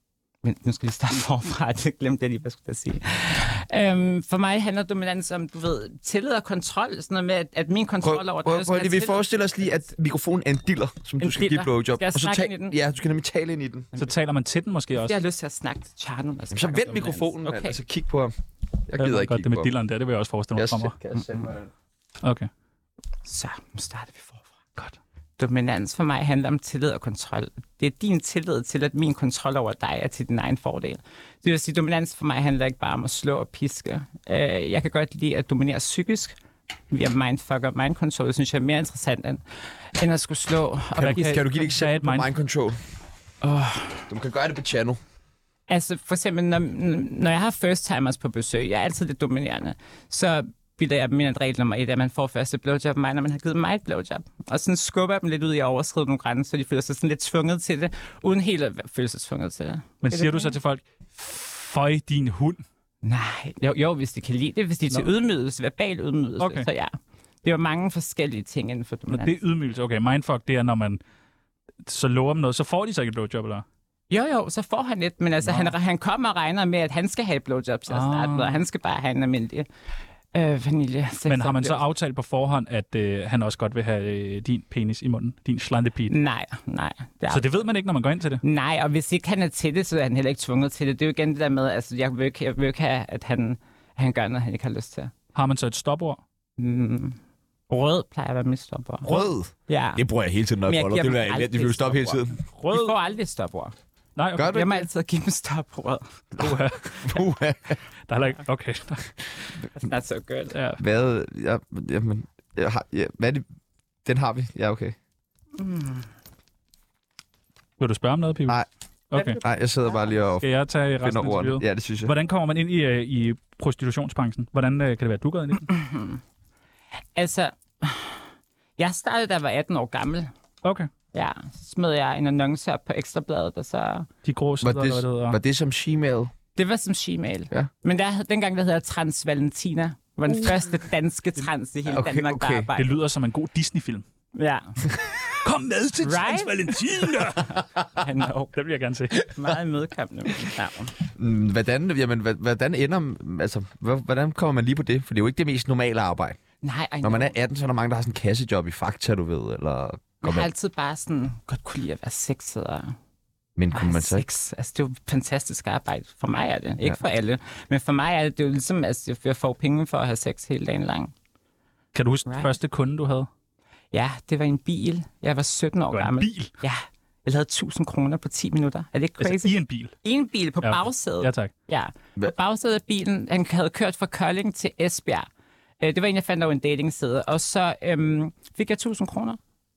Speaker 4: Men nu skal vi starte forfra, det glemte jeg lige, hvad jeg skulle sige. Øhm, for mig handler dominans om, du ved, tillid og kontrol. Sådan noget med, at, at min kontrol over
Speaker 1: prøv,
Speaker 4: dig
Speaker 1: prøv, prøv, vi forestiller os lige, at mikrofonen er en diller, som
Speaker 4: En
Speaker 1: du skal
Speaker 4: diller.
Speaker 1: give blowjob.
Speaker 4: Skal jeg
Speaker 1: og så
Speaker 4: snakke
Speaker 1: ta-
Speaker 4: ind i den?
Speaker 1: Ja, du skal nemlig tale ind i den.
Speaker 2: Så taler man til den måske også.
Speaker 4: Jeg har lyst til at snakke til Tjerno.
Speaker 1: Jamen, så vend mikrofonen, okay. Altså kig på ham. Jeg gider ikke
Speaker 2: godt,
Speaker 1: kigge
Speaker 2: det med
Speaker 1: på
Speaker 2: dilleren der, det vil jeg også forestille mig
Speaker 1: Jeg
Speaker 2: kommer.
Speaker 1: kan jeg sende mig den?
Speaker 2: Okay.
Speaker 4: Så, nu starter vi forfra.
Speaker 2: Godt.
Speaker 4: Dominans for mig handler om tillid og kontrol. Det er din tillid til, at min kontrol over dig er til din egen fordel. Det vil sige, dominans for mig handler ikke bare om at slå og piske. Uh, jeg kan godt lide at dominere psykisk via mindfuck og mindcontrol. Det synes jeg er mere interessant, end, end at skulle slå og
Speaker 1: Kan du,
Speaker 4: piske.
Speaker 1: kan du give et eksempel på
Speaker 2: mind-
Speaker 1: mind control?
Speaker 4: Oh.
Speaker 1: Du kan gøre det på channel.
Speaker 4: Altså for eksempel, når, når jeg har first timers på besøg, jeg er altid lidt dominerende, så bilder jeg dem ind, at regel nummer et, at man får første blowjob af mig, når man har givet mig et blowjob. Og sådan skubber jeg dem lidt ud i at overskride nogle grænser, så de føler sig sådan lidt tvunget til det, uden helt at føle sig tvunget til det.
Speaker 2: Men
Speaker 4: det
Speaker 2: siger
Speaker 4: det,
Speaker 2: du så til folk, føj din hund?
Speaker 4: Nej, jo, jo, hvis de kan lide det, hvis de er til
Speaker 2: Nå.
Speaker 4: ydmygelse, verbal ydmygelse,
Speaker 2: Okay.
Speaker 4: så ja. Det er jo mange forskellige ting inden for
Speaker 2: Når
Speaker 4: dominans.
Speaker 2: det er ydmygelse. Okay, mindfuck, det er, når man så lover dem noget, så får de så ikke et blowjob, eller?
Speaker 4: Jo, jo, så får han et, men altså,
Speaker 2: Nå.
Speaker 4: han, han kommer og regner med, at han skal have et blowjob til at starte med,
Speaker 2: Ah.
Speaker 4: og han skal bare have en almindelig øh, vanilje.
Speaker 2: Men har man så aftalt på forhånd, at øh, han også godt vil have øh, din penis i munden? Din slantepit?
Speaker 4: Nej, nej. Det er
Speaker 2: Så det ved man ikke, når man går ind til det?
Speaker 4: Nej, og hvis ikke han er til det, så er han heller ikke tvunget til det. Det er jo igen det der med, altså jeg vil ikke, jeg vil ikke have, at han, at han gør noget, han ikke har lyst til.
Speaker 2: Har man så et stopord?
Speaker 4: Mm. Rød plejer at være mit stopord.
Speaker 1: Rød?
Speaker 4: Ja.
Speaker 1: Det bruger jeg hele tiden, når
Speaker 4: Men
Speaker 1: jeg
Speaker 4: jeg
Speaker 1: folder.
Speaker 4: giver
Speaker 1: Det vil
Speaker 4: dem
Speaker 1: jeg
Speaker 4: aldrig
Speaker 1: elendigt. Vi vil stoppe hele
Speaker 4: stopord.
Speaker 1: tiden.
Speaker 4: Vi
Speaker 2: Rød?
Speaker 4: får aldrig et stopord.
Speaker 2: Nej, okay.
Speaker 1: Gør du
Speaker 4: Jeg må
Speaker 1: ikke?
Speaker 4: altid give dem stopord.
Speaker 2: Uha.
Speaker 1: Uha.
Speaker 2: Der er heller ikke... Okay.
Speaker 4: That's not so good.
Speaker 2: Ja.
Speaker 1: Hvad? Ja, jamen, jeg har, ja, hvad er det? Den har vi. Ja, okay.
Speaker 4: Mm.
Speaker 2: Vil du spørge om noget, Pibel?
Speaker 1: Nej.
Speaker 2: Okay.
Speaker 1: Nej, jeg sidder bare lige og
Speaker 2: Skal jeg tage resten
Speaker 1: finder
Speaker 2: af
Speaker 1: ordene.
Speaker 2: interviewet?
Speaker 1: Ja, det synes jeg.
Speaker 2: Hvordan kommer man ind i, øh, i prostitutionsbranchen? Hvordan øh, kan det være, at du går ind i den?
Speaker 4: Altså, jeg startede, da jeg var atten år gammel.
Speaker 2: Okay.
Speaker 4: Ja, så smed jeg en annonce op på Ekstrabladet, og så...
Speaker 2: De grå sider,
Speaker 1: Var
Speaker 2: eller hvad det
Speaker 1: det,
Speaker 2: hedder.
Speaker 1: var det som Gmail?
Speaker 4: Det var som Gmail.
Speaker 1: Ja.
Speaker 4: Men der, dengang, der hedder Trans Valentina. var den første danske trans i hele
Speaker 1: Okay,
Speaker 4: Danmark,
Speaker 1: okay.
Speaker 4: der
Speaker 2: Det
Speaker 4: arbejdede.
Speaker 2: lyder som en god Disney-film.
Speaker 4: Ja,
Speaker 2: Kom med til
Speaker 4: Right?
Speaker 2: Trans Valentina!
Speaker 4: I know.
Speaker 2: Det vil jeg gerne se.
Speaker 4: Meget imødekommende. Ja.
Speaker 1: Mm, Hvordan, jamen, hva- hvordan ender... Altså, hva- hvordan kommer man lige på det? For det er jo ikke det mest normale arbejde.
Speaker 4: Nej, I
Speaker 1: Når man
Speaker 4: know.
Speaker 1: er atten, så er der mange, der har sådan en kassejob i Fakta, du ved, eller...
Speaker 4: Jeg har altid bare sådan godt kunne lide at være sexet og
Speaker 1: Men
Speaker 4: Ej,
Speaker 1: kunne man så ikke...
Speaker 4: sex. Altså, det er jo fantastisk arbejde. For mig er det. Ikke
Speaker 1: Ja.
Speaker 4: for alle. Men for mig er det, det er jo ligesom, at altså, jeg får penge for at have sex hele dagen lang.
Speaker 2: Kan du huske
Speaker 4: Right.
Speaker 2: den første kunde, du havde?
Speaker 4: Ja, det var en bil. Jeg var sytten år
Speaker 2: Det var en
Speaker 4: gammel.
Speaker 2: bil?
Speaker 4: Ja. Jeg lavede tusind kroner på ti minutter. Er det ikke crazy?
Speaker 2: Altså i en bil?
Speaker 4: En bil på
Speaker 2: Ja.
Speaker 4: bagsædet.
Speaker 2: Ja, tak.
Speaker 4: Ja.
Speaker 1: Hva?
Speaker 4: På bagsædet af bilen, han havde kørt fra Kolding til Esbjerg. Øh, Det var en, jeg fandt over en datingside. Og så øhm, fik jeg tusind kroner.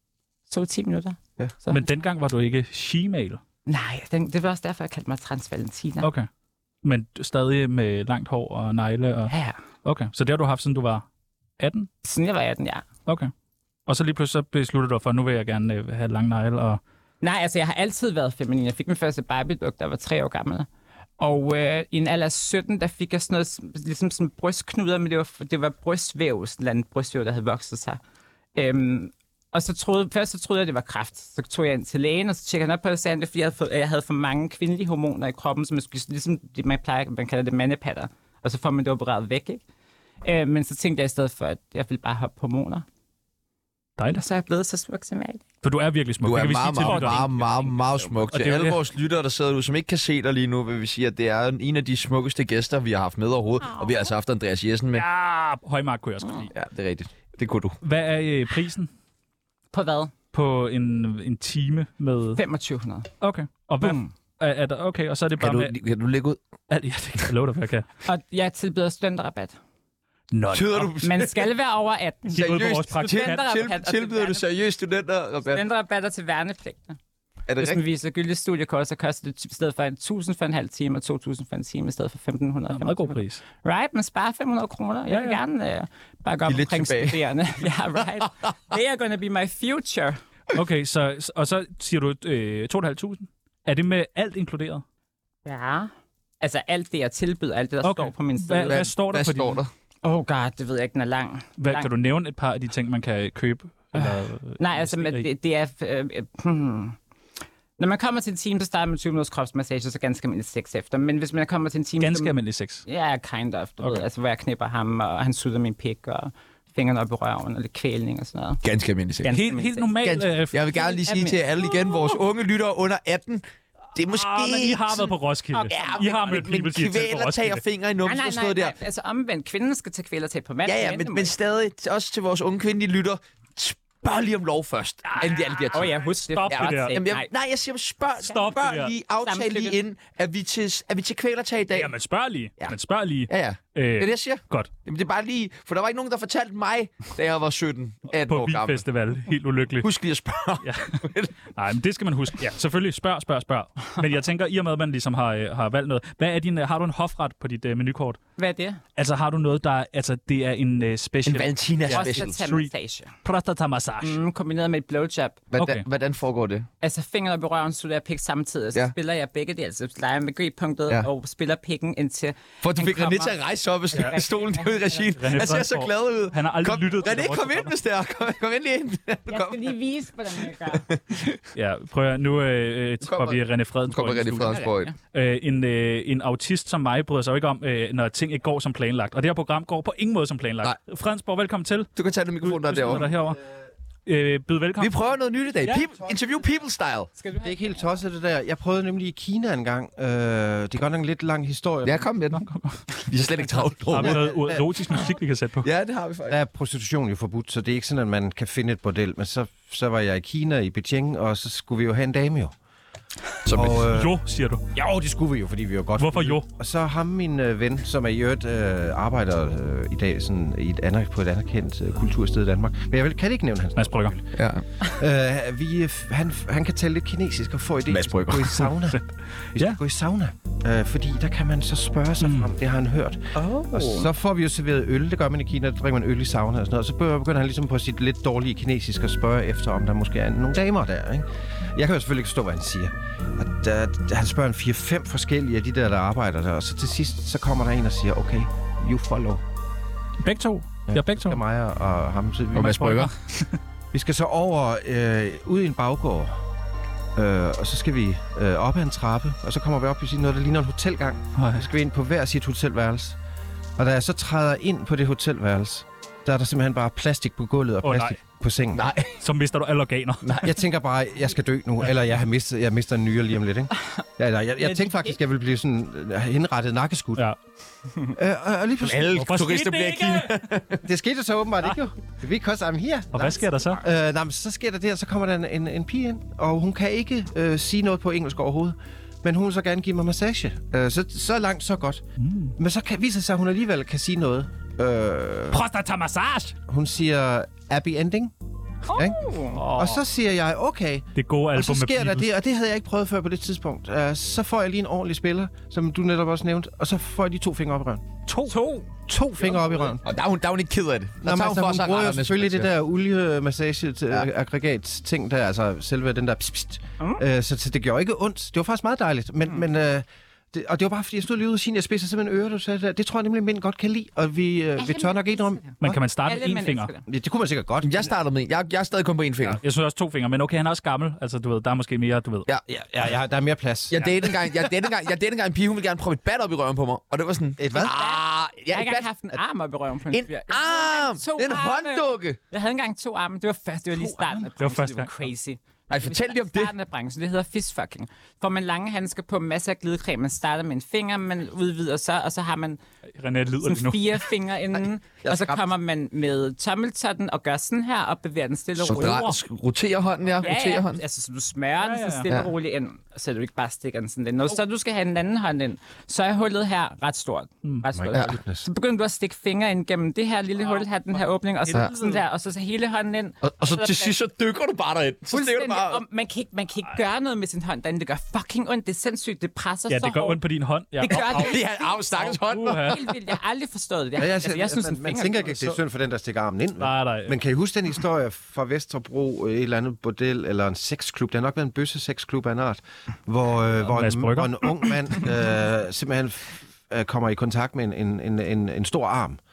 Speaker 4: Så ti minutter.
Speaker 1: Ja.
Speaker 4: Så.
Speaker 2: Men dengang var du ikke Gmail.
Speaker 4: Nej, den, det var også derfor, jeg kaldte mig Trans Valentina.
Speaker 2: Okay. Men stadig med langt hår og negle? Og...
Speaker 4: Ja, ja.
Speaker 2: Okay. Så det har du haft, siden du var atten?
Speaker 4: Siden jeg var atten, ja.
Speaker 2: Okay. Og så lige pludselig så besluttede du dig for, at nu vil jeg gerne øh, have lang negle og...
Speaker 4: Nej, altså jeg har altid været feminin. Jeg fik min første Barbie-dukke, der var tre år gammel. Og øh, i en alder af sytten, der fik jeg sådan noget, ligesom sådan brystknuder, men det var, det var brystvæv, sådan en eller anden brystvæv, der havde vokset sig. Øhm, og så troede, først så troede jeg, det var kræft. Så tog jeg ind til lægen, og så tjekkede han op på det, og sagde, det fordi jeg havde, fået, jeg havde for mange kvindelige hormoner i kroppen, som jeg skulle, ligesom det, man plejer, man kalder det mandepatter. Og så får man det opereret væk, ikke? Øh, men så tænkte jeg i stedet for, at jeg ville bare hoppe hormoner.
Speaker 2: Dejligt.
Speaker 4: Og så er jeg blevet så smuk som jeg.
Speaker 2: For du er virkelig smuk.
Speaker 1: Du
Speaker 2: Det
Speaker 1: er
Speaker 2: kan vi
Speaker 1: meget,
Speaker 2: sige til
Speaker 1: meget,
Speaker 2: lytterne.
Speaker 1: meget, meget, meget smuk.
Speaker 2: Og
Speaker 1: Til
Speaker 2: det er jo
Speaker 1: alle
Speaker 2: det.
Speaker 1: vores lyttere, der sidder derude, som ikke kan se dig lige nu, vil vi sige, at det er en af de smukkeste gæster, vi har haft med overhovedet. Og vi har altså haft Andreas Jessen med.
Speaker 2: Ja, højmark kunne jeg også godt lide.
Speaker 1: Ja, det er rigtigt. Det kunne du.
Speaker 2: Hvad er øh, prisen
Speaker 4: På hvad?
Speaker 2: på en, en time med...
Speaker 4: femogtyve hundrede.
Speaker 2: Okay. Og hvad
Speaker 4: Boom.
Speaker 2: er, er der, okay, og så er det bare
Speaker 1: Kan du,
Speaker 2: med...
Speaker 1: kan du lægge ud?
Speaker 2: Al, ja, det kan jeg love dig, for jeg kan.
Speaker 4: Og jeg tilbyder studenterrabat.
Speaker 2: Nå,
Speaker 1: Tyder du
Speaker 4: Man skal være over atten.
Speaker 2: Kig ud på vores
Speaker 1: seriøst?
Speaker 2: praktikant.
Speaker 1: Til,
Speaker 4: Studenterrabat og
Speaker 1: tilbyder du
Speaker 4: til
Speaker 1: seriøst studenterrabat?
Speaker 4: Studenterrabatter til værnepligten.
Speaker 1: Er det
Speaker 4: Hvis man
Speaker 1: rigtigt?
Speaker 4: viser gyldig studiekort, så koster det i stedet for tusind for en halv time, og to tusind for en time, i stedet for femten hundrede.
Speaker 2: Det er en meget god pris.
Speaker 4: Right? Man sparer fem hundrede kroner. Jeg vil
Speaker 2: Ja, ja.
Speaker 4: gerne uh, bare gå op
Speaker 1: Giv lidt
Speaker 4: omkring
Speaker 1: tilbage.
Speaker 4: studerende. Ja, right. They are gonna be my future.
Speaker 2: Okay, så, og så siger du øh, to tusind fem hundrede. Er det med alt inkluderet?
Speaker 4: Ja. Altså alt det, jeg tilbyder, alt det, der
Speaker 2: Okay.
Speaker 4: står på min
Speaker 2: Hvad,
Speaker 4: side.
Speaker 2: hvad står der
Speaker 1: Hvad
Speaker 2: på
Speaker 1: står
Speaker 2: din...
Speaker 1: der?
Speaker 4: Oh god, det ved jeg ikke, den er lang.
Speaker 2: Hvad,
Speaker 4: lang.
Speaker 2: kan du nævne et par af de ting, man kan købe? Eller,
Speaker 4: Nej, altså men
Speaker 2: investere i?
Speaker 4: det, det er... Øh, øh, hmm. Når man kommer til en time, så starter man tyve minutters kropsmassage, så ganske almindelig sex efter. Men hvis man kommer til en time...
Speaker 2: Ganske almindelig sex?
Speaker 4: Ja, yeah, kind of. Du okay. ved, altså, hvor jeg knipper ham, og han sutter min pik, og fingrene op i røven, og lidt kvæling og sådan noget.
Speaker 1: Ganske almindelig sex.
Speaker 2: Helt, helt, helt normalt. Øh,
Speaker 1: jeg vil gerne lige sige til alle igen, vores unge lyttere under atten, det er måske...
Speaker 2: Ah, men I har været på Roskilde.
Speaker 1: Okay,
Speaker 2: I har mødt people, der
Speaker 1: kvæler, tager fingre i numsen og sådan noget der.
Speaker 4: Altså omvendt, kvinden skal tage kvæler, tage på mand.
Speaker 1: Ja, ja, men, men stadig, også til vores unge kvindelige lytter, spørg lige om lov først. Alle de, alle de her ting.
Speaker 4: Åh ja, husk det.
Speaker 2: Stop det der.
Speaker 1: Jamen, jeg, nej, jeg siger, spørg,
Speaker 2: Stop
Speaker 1: spørg lige, aftale lige inden, at vi til, er vi til kvælertag i dag.
Speaker 2: Ja, men spørg lige.
Speaker 1: Ja.
Speaker 2: Men spørg lige.
Speaker 1: Ja, ja.
Speaker 2: Øh,
Speaker 1: det er det, jeg siger.
Speaker 2: Godt.
Speaker 1: Jamen, det er bare lige... For der var ikke nogen, der fortalte mig, da jeg var sytten atten
Speaker 2: på
Speaker 1: år gammel.
Speaker 2: Festival. Helt ulykkelig.
Speaker 1: Husk lige at spørge.
Speaker 2: Ja. Nej, men det skal man huske. Ja, selvfølgelig. Spørg, spørg, spørg. Men jeg tænker, i og med, at man ligesom har, øh, har valgt noget. Hvad er din, har du en hofret på dit øh, menukort?
Speaker 4: Hvad er det?
Speaker 2: Altså, har du noget, der... Altså, det er en øh, special...
Speaker 1: En Valentina
Speaker 2: Ja.
Speaker 1: special.
Speaker 4: Prostata-massage.
Speaker 2: Prostata-massage.
Speaker 4: Mm, kombineret med et blowjob.
Speaker 1: Hvordan,
Speaker 2: Okay.
Speaker 1: hvordan foregår det?
Speaker 4: Altså fingre op i røven, sutter jeg pik samtidig. Så
Speaker 1: Ja.
Speaker 4: ja. spiller jeg begge dele. Altså leger jeg med G-punktet
Speaker 1: Ja.
Speaker 4: ja. og spiller pikken indtil...
Speaker 1: For du
Speaker 4: han
Speaker 1: fik René
Speaker 4: kommer-
Speaker 1: til at rejse op af ja. stolen derude i regien.
Speaker 2: René
Speaker 1: Han ser så
Speaker 2: Fredensborg.
Speaker 1: glad ud.
Speaker 2: Han har aldrig
Speaker 1: kom,
Speaker 2: lyttet til
Speaker 1: René,
Speaker 2: vores
Speaker 1: kom ind, hvis det er. Kom, kom ind lige ind.
Speaker 4: Jeg skal lige vise, hvordan jeg gør.
Speaker 2: Ja, prøv at, nu øh,
Speaker 1: kommer-
Speaker 2: får vi René Fredensborg.
Speaker 1: Kommer
Speaker 2: i
Speaker 1: René
Speaker 2: studiet.
Speaker 1: Fredensborg ind.
Speaker 2: Øh, en, øh, en autist som mig bryder sig jo ikke om, øh, når ting ikke går som planlagt. Og det her program går på ingen måde som planlagt.
Speaker 1: Nej.
Speaker 2: Fredensborg, velkommen til.
Speaker 1: Du kan tage den mikrofon, der er
Speaker 2: Du sidder
Speaker 1: derovre.
Speaker 2: der herovre. Øh, byd velkommen.
Speaker 1: Vi prøver noget nyt i dag.
Speaker 2: Ja.
Speaker 1: People, interview people style.
Speaker 4: Skal du
Speaker 6: Det er ikke helt tosset, det der. Jeg prøvede nemlig i Kina engang. Øh, det er godt nok en lidt lang historie.
Speaker 1: Ja, kom med den. Vi er slet ikke travlt.
Speaker 2: Har vi noget erotisk musik, vi kan sætte på?
Speaker 1: Ja, det har vi faktisk.
Speaker 6: Der er prostitution jo forbudt, så det er ikke sådan, at man kan finde et bordel. Men så, så var jeg i Kina, i Beijing, og så skulle vi jo have en dame jo.
Speaker 1: Som
Speaker 6: Og, øh,
Speaker 2: Jo, siger du.
Speaker 6: jo, det skulle vi jo, fordi vi var godt
Speaker 2: Hvorfor
Speaker 6: fulde.
Speaker 2: jo?
Speaker 6: Og så ham, min øh, ven, som er i øvrigt øh, arbejder øh, i dag sådan, i et aner, på et anerkendt øh, kultursted i Danmark. Men jeg vil, kan ikke nævne hans
Speaker 2: Mads Brygger.
Speaker 1: Ja.
Speaker 6: Øh, vi, øh, han, han kan tale lidt kinesisk og få idé.
Speaker 1: Mads Brygger.
Speaker 6: Gå i sauna. Vi skal
Speaker 2: Ja.
Speaker 6: gå i sauna. Øh, fordi der kan man så spørge sig frem. Det har han hørt.
Speaker 1: Oh.
Speaker 6: Og så får vi jo serveret øl. Det gør man i Kina. Der drikker man øl i sauna og sådan noget. Og så begynder han ligesom på sit lidt dårlige kinesisk at spørge efter, om der måske er nogle damer der, ikke? Jeg kan jo selvfølgelig ikke forstå, hvad han siger. Og der, der, han spørger en fire fem forskellige af de der, der arbejder der. Og så til sidst, så kommer der en og siger, okay, you follow.
Speaker 2: Begge to. Ja, begge to.
Speaker 6: Det er mig og ham. Så vi,
Speaker 1: Og Mads Brygger.
Speaker 6: vi skal så over øh, ud i en baggård. Øh, og så skal vi øh, op ad en trappe. Og så kommer vi op i noget, der ligner en hotelgang.
Speaker 2: Ej.
Speaker 6: Så skal vi ind på hver sit hotelværelse. Og da jeg så træder ind på det hotelværelse, der er der simpelthen bare plastik på gulvet og
Speaker 2: Åh,
Speaker 6: plastik
Speaker 2: nej.
Speaker 6: på sengen.
Speaker 1: Nej.
Speaker 2: Så mister du alle organer.
Speaker 6: Nej, jeg tænker bare, jeg skal dø nu, eller jeg har mistet, jeg mister en nyre lige om lidt, ikke? Ja, nej, jeg, jeg tænkte faktisk, at jeg ville blive sådan øh, henrettet nakkeskud.
Speaker 2: Ja.
Speaker 6: Øh, og, og lige pludselig,
Speaker 1: Alle
Speaker 2: Hvorfor
Speaker 1: turister
Speaker 2: skete det
Speaker 1: bliver i
Speaker 2: ikke?
Speaker 1: Kina.
Speaker 6: det skete så åbenbart ikke jo. Because I'm here.
Speaker 2: Og hvad sker der så?
Speaker 6: Øh, nej, men så sker der det, og så kommer der en, en, en pige ind, og hun kan ikke øh, sige noget på engelsk overhovedet. Men hun vil så gerne give mig massage. Øh, så, så langt, så godt. Mm. Men så kan, viser det sig, at hun alligevel kan sige noget. Øh,
Speaker 2: Prostata-massage!
Speaker 6: hun siger, happy ending. Ikke?
Speaker 2: Oh.
Speaker 6: Og så siger jeg, okay.
Speaker 2: Det gode album
Speaker 6: Og så
Speaker 2: med
Speaker 6: sker der
Speaker 2: Beatles.
Speaker 6: det, og det havde jeg ikke prøvet før på det tidspunkt. Uh, så får jeg lige en ordentlig spiller, som du netop også nævnte, og så får jeg de to fingre op i røven.
Speaker 2: To. To.
Speaker 6: To fingre op i røven.
Speaker 1: Og der er hun, der er hun ikke ked af det.
Speaker 6: Nå, men altså, hun bruger jo selvfølgelig det
Speaker 1: der.
Speaker 6: der oliemassage-aggregat ting der, altså selve den der pst, pst. Mm. Uh, så, så det gjorde ikke ondt. Det var faktisk meget dejligt, men... Mm. men uh, det, og det var bare fordi, jeg stod lige ude og sige, at jeg spidser simpelthen ører, du sagde det der. Det tror jeg nemlig, mænd godt kan lide, og vi, uh, vi tør nok ikke om.
Speaker 2: Men kan man starte med
Speaker 4: Alle
Speaker 2: én
Speaker 4: mænd
Speaker 2: finger?
Speaker 4: elsker det.
Speaker 6: Ja, det kunne man sikkert godt.
Speaker 1: Jeg startede med en. Jeg, jeg er stadig kun på en finger.
Speaker 2: Jeg synes også to fingre, men okay, han er også gammel. Altså, du ved, der er måske mere, du ved.
Speaker 1: Ja.
Speaker 6: Ja, ja, ja, der er mere plads.
Speaker 1: Jeg datede engang, jeg datede engang, jeg datede engang en pige, hun ville gerne prøve et bat op i røven på mig. Og det var sådan...
Speaker 6: Et hvad?
Speaker 1: Ah,
Speaker 4: Jeg
Speaker 1: ja,
Speaker 4: har
Speaker 1: et
Speaker 4: ikke
Speaker 1: bat.
Speaker 4: engang haft en arm op i røven på en
Speaker 1: En
Speaker 4: fyr. Jeg
Speaker 1: arm!
Speaker 4: havde engang to
Speaker 1: En
Speaker 4: arme.
Speaker 1: hånddukke!
Speaker 4: Jeg havde engang to arme. Det var først, det var lige starten af
Speaker 2: Det var
Speaker 4: branchen.
Speaker 2: første
Speaker 4: Det var
Speaker 2: gang.
Speaker 4: crazy.
Speaker 1: Ej, fortæl lige om det.
Speaker 4: Starten af branchen, det hedder fistfucking. Får man lange handsker på, masser af glidecreme. Man starter med en finger, man udvider så, og så har man
Speaker 2: René lider lige
Speaker 4: sådan
Speaker 2: nu.
Speaker 4: fire fingre inden.
Speaker 6: jeg
Speaker 4: Og så
Speaker 6: skræmt.
Speaker 4: kommer man med tommeltotten og gør sådan her, og bevæger den stille og
Speaker 1: Så
Speaker 4: roligt.
Speaker 1: drej, sk- roterer hånden, ja.
Speaker 4: Ja,
Speaker 1: Roterer
Speaker 4: ja,
Speaker 1: hånden.
Speaker 4: altså så du smører den
Speaker 2: Ja, ja,
Speaker 4: så
Speaker 2: ja.
Speaker 4: stille
Speaker 1: Ja.
Speaker 4: og roligt ind, så du ikke bare stikker den sådan lidt. Når så du skal have den anden hånd ind, så er hullet her ret stort. Ret stort.
Speaker 6: my goodness.
Speaker 4: Så begynder du at stikke fingre ind gennem det her lille hul her, den her åbning, og så sådan der, og så, så hele hånden ind.
Speaker 1: Og, og så til sidst, så dykker du bare derind. Så stikker du
Speaker 4: Fuldstændig.
Speaker 1: bare...
Speaker 4: Og man kan ikke, man kan ikke gøre noget med sin hånd derinde. Det gør fucking ondt. Det er sindssygt. Det presser
Speaker 2: Ja,
Speaker 4: så
Speaker 2: det gør
Speaker 4: hårdt.
Speaker 2: ondt på din hånd. Ja.
Speaker 4: Det gør det.
Speaker 1: Ja, af stakkels hånd.
Speaker 2: Uha.
Speaker 4: Helt vildt. Jeg har aldrig forstået det. Jeg,
Speaker 6: Ja, jeg,
Speaker 4: altså, jeg synes,
Speaker 6: man,
Speaker 4: en
Speaker 6: man
Speaker 4: finger-
Speaker 6: tænker ikke, at det er synd for den, der stikker armen ind. vel?
Speaker 2: Nej, nej.
Speaker 6: Men kan I huske den historie fra Vesterbro, et eller andet bordel, eller en sexklub? Det har nok været en bøsse sexklub af en art, hvor, øh, hvor,
Speaker 2: Mads
Speaker 6: en,
Speaker 2: Brygger.
Speaker 6: hvor en ung mand øh, simpelthen øh, kommer i kontakt med en, en, en, en, en stor arm.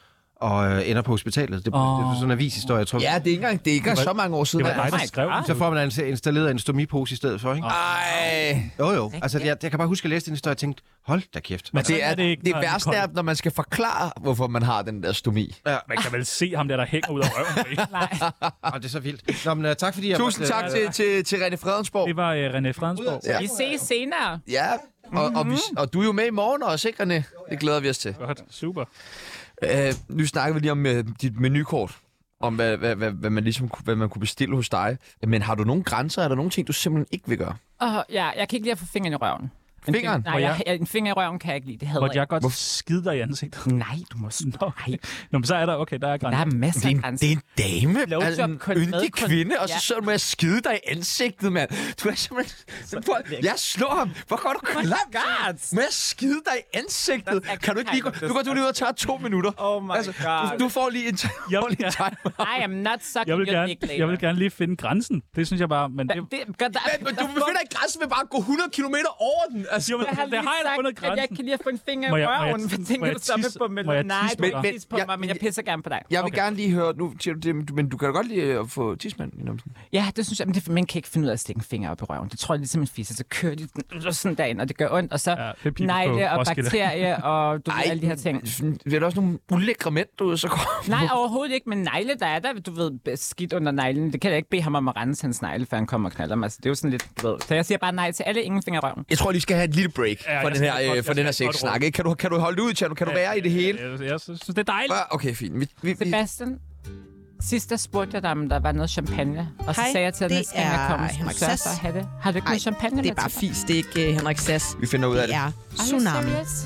Speaker 6: og øh, ender på hospitalet. Det,
Speaker 2: Oh.
Speaker 6: det er sådan en avishistorie, jeg tror.
Speaker 1: Ja, det er ikke engang, det er ikke engang så mange år siden.
Speaker 2: Det var dig, der
Speaker 4: my
Speaker 2: skrev
Speaker 4: God.
Speaker 2: den.
Speaker 6: Så får man altså installeret en stomipose i stedet for, ikke?
Speaker 1: Ej.
Speaker 6: Jo, jo. Altså, jeg, jeg kan bare huske, at jeg læste den historie og tænkte, hold da kæft.
Speaker 2: Men
Speaker 1: Det, er,
Speaker 2: er det ikke,
Speaker 1: det
Speaker 2: når
Speaker 1: værste
Speaker 2: Nicole-
Speaker 1: er, når man skal forklare, hvorfor man har den der stomi.
Speaker 6: Ja,
Speaker 2: Man kan vel se ham der, der hænger ud af røven. Ikke?
Speaker 6: og det er så vildt. Nå, men uh, tak fordi jeg...
Speaker 1: Tusind tak til, til, til René Fredensborg.
Speaker 2: Det var uh, René Fredensborg.
Speaker 1: Ja.
Speaker 4: Vi ses senere.
Speaker 1: Ja, og, og, vi, og du er jo med i morgen også, ikke René? Det glæder vi os til.
Speaker 2: Godt, super.
Speaker 1: Uh, nu snakker vi lige om uh, dit menukort. Om hvad, hvad, hvad, hvad, man ligesom, hvad man kunne bestille hos dig. Men har du nogle grænser? Er der nogle ting, du simpelthen ikke vil gøre?
Speaker 4: Uh, ja, jeg kan ikke lide at få fingeren i røven. En
Speaker 1: Fingeren?
Speaker 4: Finger, nej, jeg, jeg, en finger i røven kan jeg ikke lide. Det hader
Speaker 2: Måtte
Speaker 4: jeg.
Speaker 2: jeg godt skide dig i ansigtet?
Speaker 4: Nej, du må... Nej,
Speaker 2: Nå, men så er der, okay, der er
Speaker 4: der
Speaker 2: grænser.
Speaker 4: er masser
Speaker 1: Det er
Speaker 4: af
Speaker 1: en,
Speaker 4: grænser.
Speaker 1: det er en dame,
Speaker 4: Blowjob
Speaker 1: altså en
Speaker 4: kun-
Speaker 1: yndig
Speaker 4: med kun-
Speaker 1: kvinde, og så
Speaker 4: ja.
Speaker 1: sidder du med at skide dig i ansigtet, mand. Du er simpelthen... Prøv, jeg slår ham. Hvor går du klamt
Speaker 4: God.
Speaker 1: med at skide dig i ansigtet?
Speaker 4: Jeg
Speaker 1: Kan du ikke lige gå... Nu går du lige ud og tager to minutter.
Speaker 4: Oh my God.
Speaker 1: Du, du får lige en t-
Speaker 2: Jeg
Speaker 1: får
Speaker 2: vil
Speaker 1: lige en
Speaker 2: gerne-
Speaker 1: timer.
Speaker 4: I am not sucking
Speaker 2: Jeg vil,
Speaker 4: your
Speaker 2: gerne,
Speaker 4: dick later.
Speaker 2: jeg vil gerne lige finde grænsen. Det synes jeg bare, men det...
Speaker 4: Det, gør der,
Speaker 1: Men, men du befinder ikke grænsen ved bare at gå hundrede kilometer over den. Altså,
Speaker 2: Jo, men
Speaker 4: Jeg har
Speaker 2: det
Speaker 4: lige
Speaker 2: har jeg da fundet
Speaker 4: sagt, at jeg
Speaker 2: grænsen.
Speaker 4: kan lide at få en finger
Speaker 2: Må
Speaker 4: i
Speaker 2: jeg- må jeg
Speaker 4: røven. Hvad
Speaker 2: tisse- må
Speaker 4: tænker
Speaker 2: jeg
Speaker 4: du så med
Speaker 2: tisse-
Speaker 4: på
Speaker 2: må
Speaker 4: mig?
Speaker 2: jeg
Speaker 4: Nej,
Speaker 2: tisse
Speaker 4: du
Speaker 2: på
Speaker 4: kan
Speaker 2: dig?
Speaker 4: tisse på
Speaker 1: Jeg-
Speaker 4: mig, men jeg pisser gerne på dig.
Speaker 1: jeg vil
Speaker 2: Okay.
Speaker 1: gerne lige høre... Nu, siger du det, men du kan da godt lide at få tidsmand i numsen.
Speaker 4: Ja, det synes jeg, men det, man kan ikke finde ud af at stikke en finger op i røven. Det tror jeg ligesom en fisse, så kører de den sådan derind, og det gør ondt, og så
Speaker 2: Ja, det er Pibels på
Speaker 4: negle og
Speaker 2: Roskilde.
Speaker 4: bakterier, og du ved, alle de her ting.
Speaker 1: Det er da også nogle ulækre mænd, du så kommer.
Speaker 4: Nej, overhovedet ikke, men negle, der er der, du ved, skidt under neglen. Det kan jeg ikke bede ham om at rense hans negle, før han kommer og knalder mig. Altså, det er jo sådan lidt, du ved. Så jeg siger bare nej til alle, ingen finger i røven.
Speaker 1: Jeg tror, de skal have et lille break
Speaker 2: Ja,
Speaker 1: for
Speaker 2: jeg
Speaker 1: den
Speaker 2: skal
Speaker 1: her,
Speaker 2: godt-
Speaker 1: øh, for
Speaker 2: jeg
Speaker 1: den her
Speaker 2: skal godt
Speaker 1: sexsnak. Ikke? Kan du, kan du holde det ud, Tjerno? Kan du være i det hele?
Speaker 2: Jeg, jeg synes, det er dejligt.
Speaker 1: Ja, okay, fint. Vi, vi, vi,
Speaker 4: Sebastian, sidst der spurgte jeg dig, om der var noget champagne. Og så
Speaker 5: Hej,
Speaker 4: sagde jeg til dig,
Speaker 5: det
Speaker 4: næste gang jeg
Speaker 5: er
Speaker 4: kommer, så må
Speaker 5: Henrik
Speaker 4: du sørge
Speaker 5: Sass.
Speaker 4: for at have det. Har du ikke
Speaker 5: Ej,
Speaker 4: noget champagne
Speaker 5: det
Speaker 4: med
Speaker 5: er bare
Speaker 4: til mig?
Speaker 5: fis. Det er ikke uh, Henrik Sass.
Speaker 1: vi finder ud af
Speaker 5: Det
Speaker 1: det.
Speaker 5: er
Speaker 4: Are you
Speaker 5: Tsunami.
Speaker 4: serious?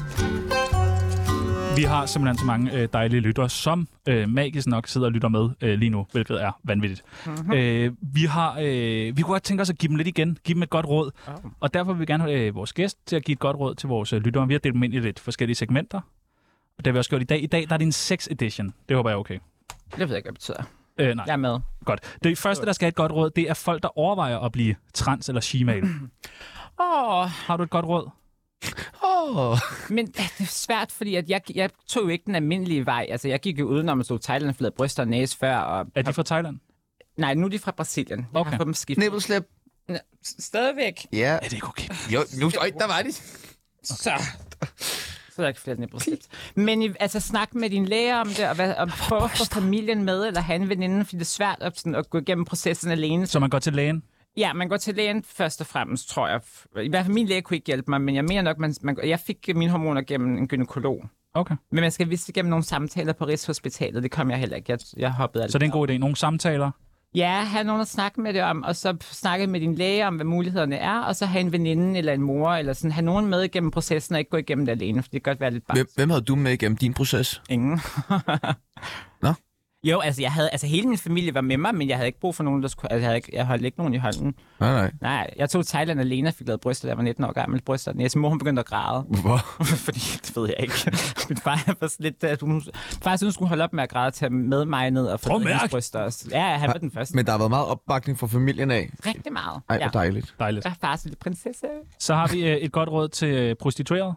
Speaker 2: Vi har simpelthen så mange øh, dejlige lyttere, som øh, magisk nok sidder og lytter med øh, lige nu, hvilket er vanvittigt. Mm-hmm. Øh, vi har, øh, vi kunne godt tænke os at give dem lidt igen, give dem et godt råd. Oh. Og derfor vil vi gerne have øh, vores gæst til at give et godt råd til vores øh, lyttere. Vi har delt dem ind i lidt forskellige segmenter. Og det har vi også gjort i dag. I dag der er det en sex edition. Det håber jeg er okay.
Speaker 4: Det ved jeg ikke, hvad det betyder.
Speaker 2: Øh, nej,
Speaker 4: Jeg er med.
Speaker 2: godt. Det første, der skal have et godt råd, det er folk, der overvejer at blive trans eller she-male.
Speaker 4: Åh, oh,
Speaker 2: Har du et godt råd?
Speaker 1: Oh.
Speaker 4: men det er svært, fordi at jeg, jeg tog jo ikke den almindelige vej. Altså, jeg gik jo udenom at stå Thailand og flade bryster og næse før. Og...
Speaker 2: Er de fra Thailand?
Speaker 4: Nej, nu er de fra Brasilien. Jeg
Speaker 2: Okay.
Speaker 4: har fået dem skidt.
Speaker 1: Nibelslip.
Speaker 4: Stadigvæk.
Speaker 1: Ja.
Speaker 2: Er det ikke okay?
Speaker 1: Jo, nu, øj, der var de.
Speaker 4: Så. Så er der ikke flere den i Brasilien. Men i- altså, snak med din læge om det, og, hvad, og prøv at få familien med, eller have en veninde, fordi det er svært at, sådan, at gå igennem processen alene.
Speaker 2: Så man går til lægen?
Speaker 4: Ja, man går til lægen først og fremmest, tror jeg. I hvert fald min læge kunne ikke hjælpe mig, men jeg mener nok, man, man, jeg fik mine hormoner gennem en gynekolog.
Speaker 2: Okay.
Speaker 4: Men man skal vist igennem nogle samtaler på Rigshospitalet. Det kom jeg heller ikke. Jeg, jeg hoppede alt.
Speaker 2: Så det er en god idé. Nogle samtaler?
Speaker 4: Ja, have nogen at snakke med det om, og så snakke med din læge om, hvad mulighederne er, og så have en veninde eller en mor, eller sådan, have nogen med igennem processen, og ikke gå igennem det alene, for det kan godt være lidt bare.
Speaker 1: Hvem, hvem havde du med igennem din proces?
Speaker 4: Ingen.
Speaker 1: Nå?
Speaker 4: Jo, altså, jeg havde, altså hele min familie var med mig, men jeg havde ikke brug for nogen, der skulle... Altså, jeg, havde ikke, jeg holdt ikke nogen i hånden.
Speaker 1: Nej, nej.
Speaker 4: Nej, jeg tog Thailand alene og fik lavet bryster, da jeg var nitten år gammel. Bryster. Næste mor, hun begyndte at græde.
Speaker 1: Hvorfor?
Speaker 4: Fordi, det ved jeg ikke. Min far var sådan lidt... At hun, far synes, hun skulle holde op med at græde, tage med mig ned og få
Speaker 2: Prøv at
Speaker 4: lavet hendes
Speaker 2: mærke.
Speaker 4: bryster også. Ja, han var den første.
Speaker 1: Men der har været meget opbakning fra familien af.
Speaker 4: Rigtig meget.
Speaker 1: Ej,
Speaker 4: ja.
Speaker 1: hvor dejligt.
Speaker 2: Dejligt.
Speaker 4: Der er fars lille prinsesse.
Speaker 2: Så har vi øh, et godt råd til øh, prostituerede.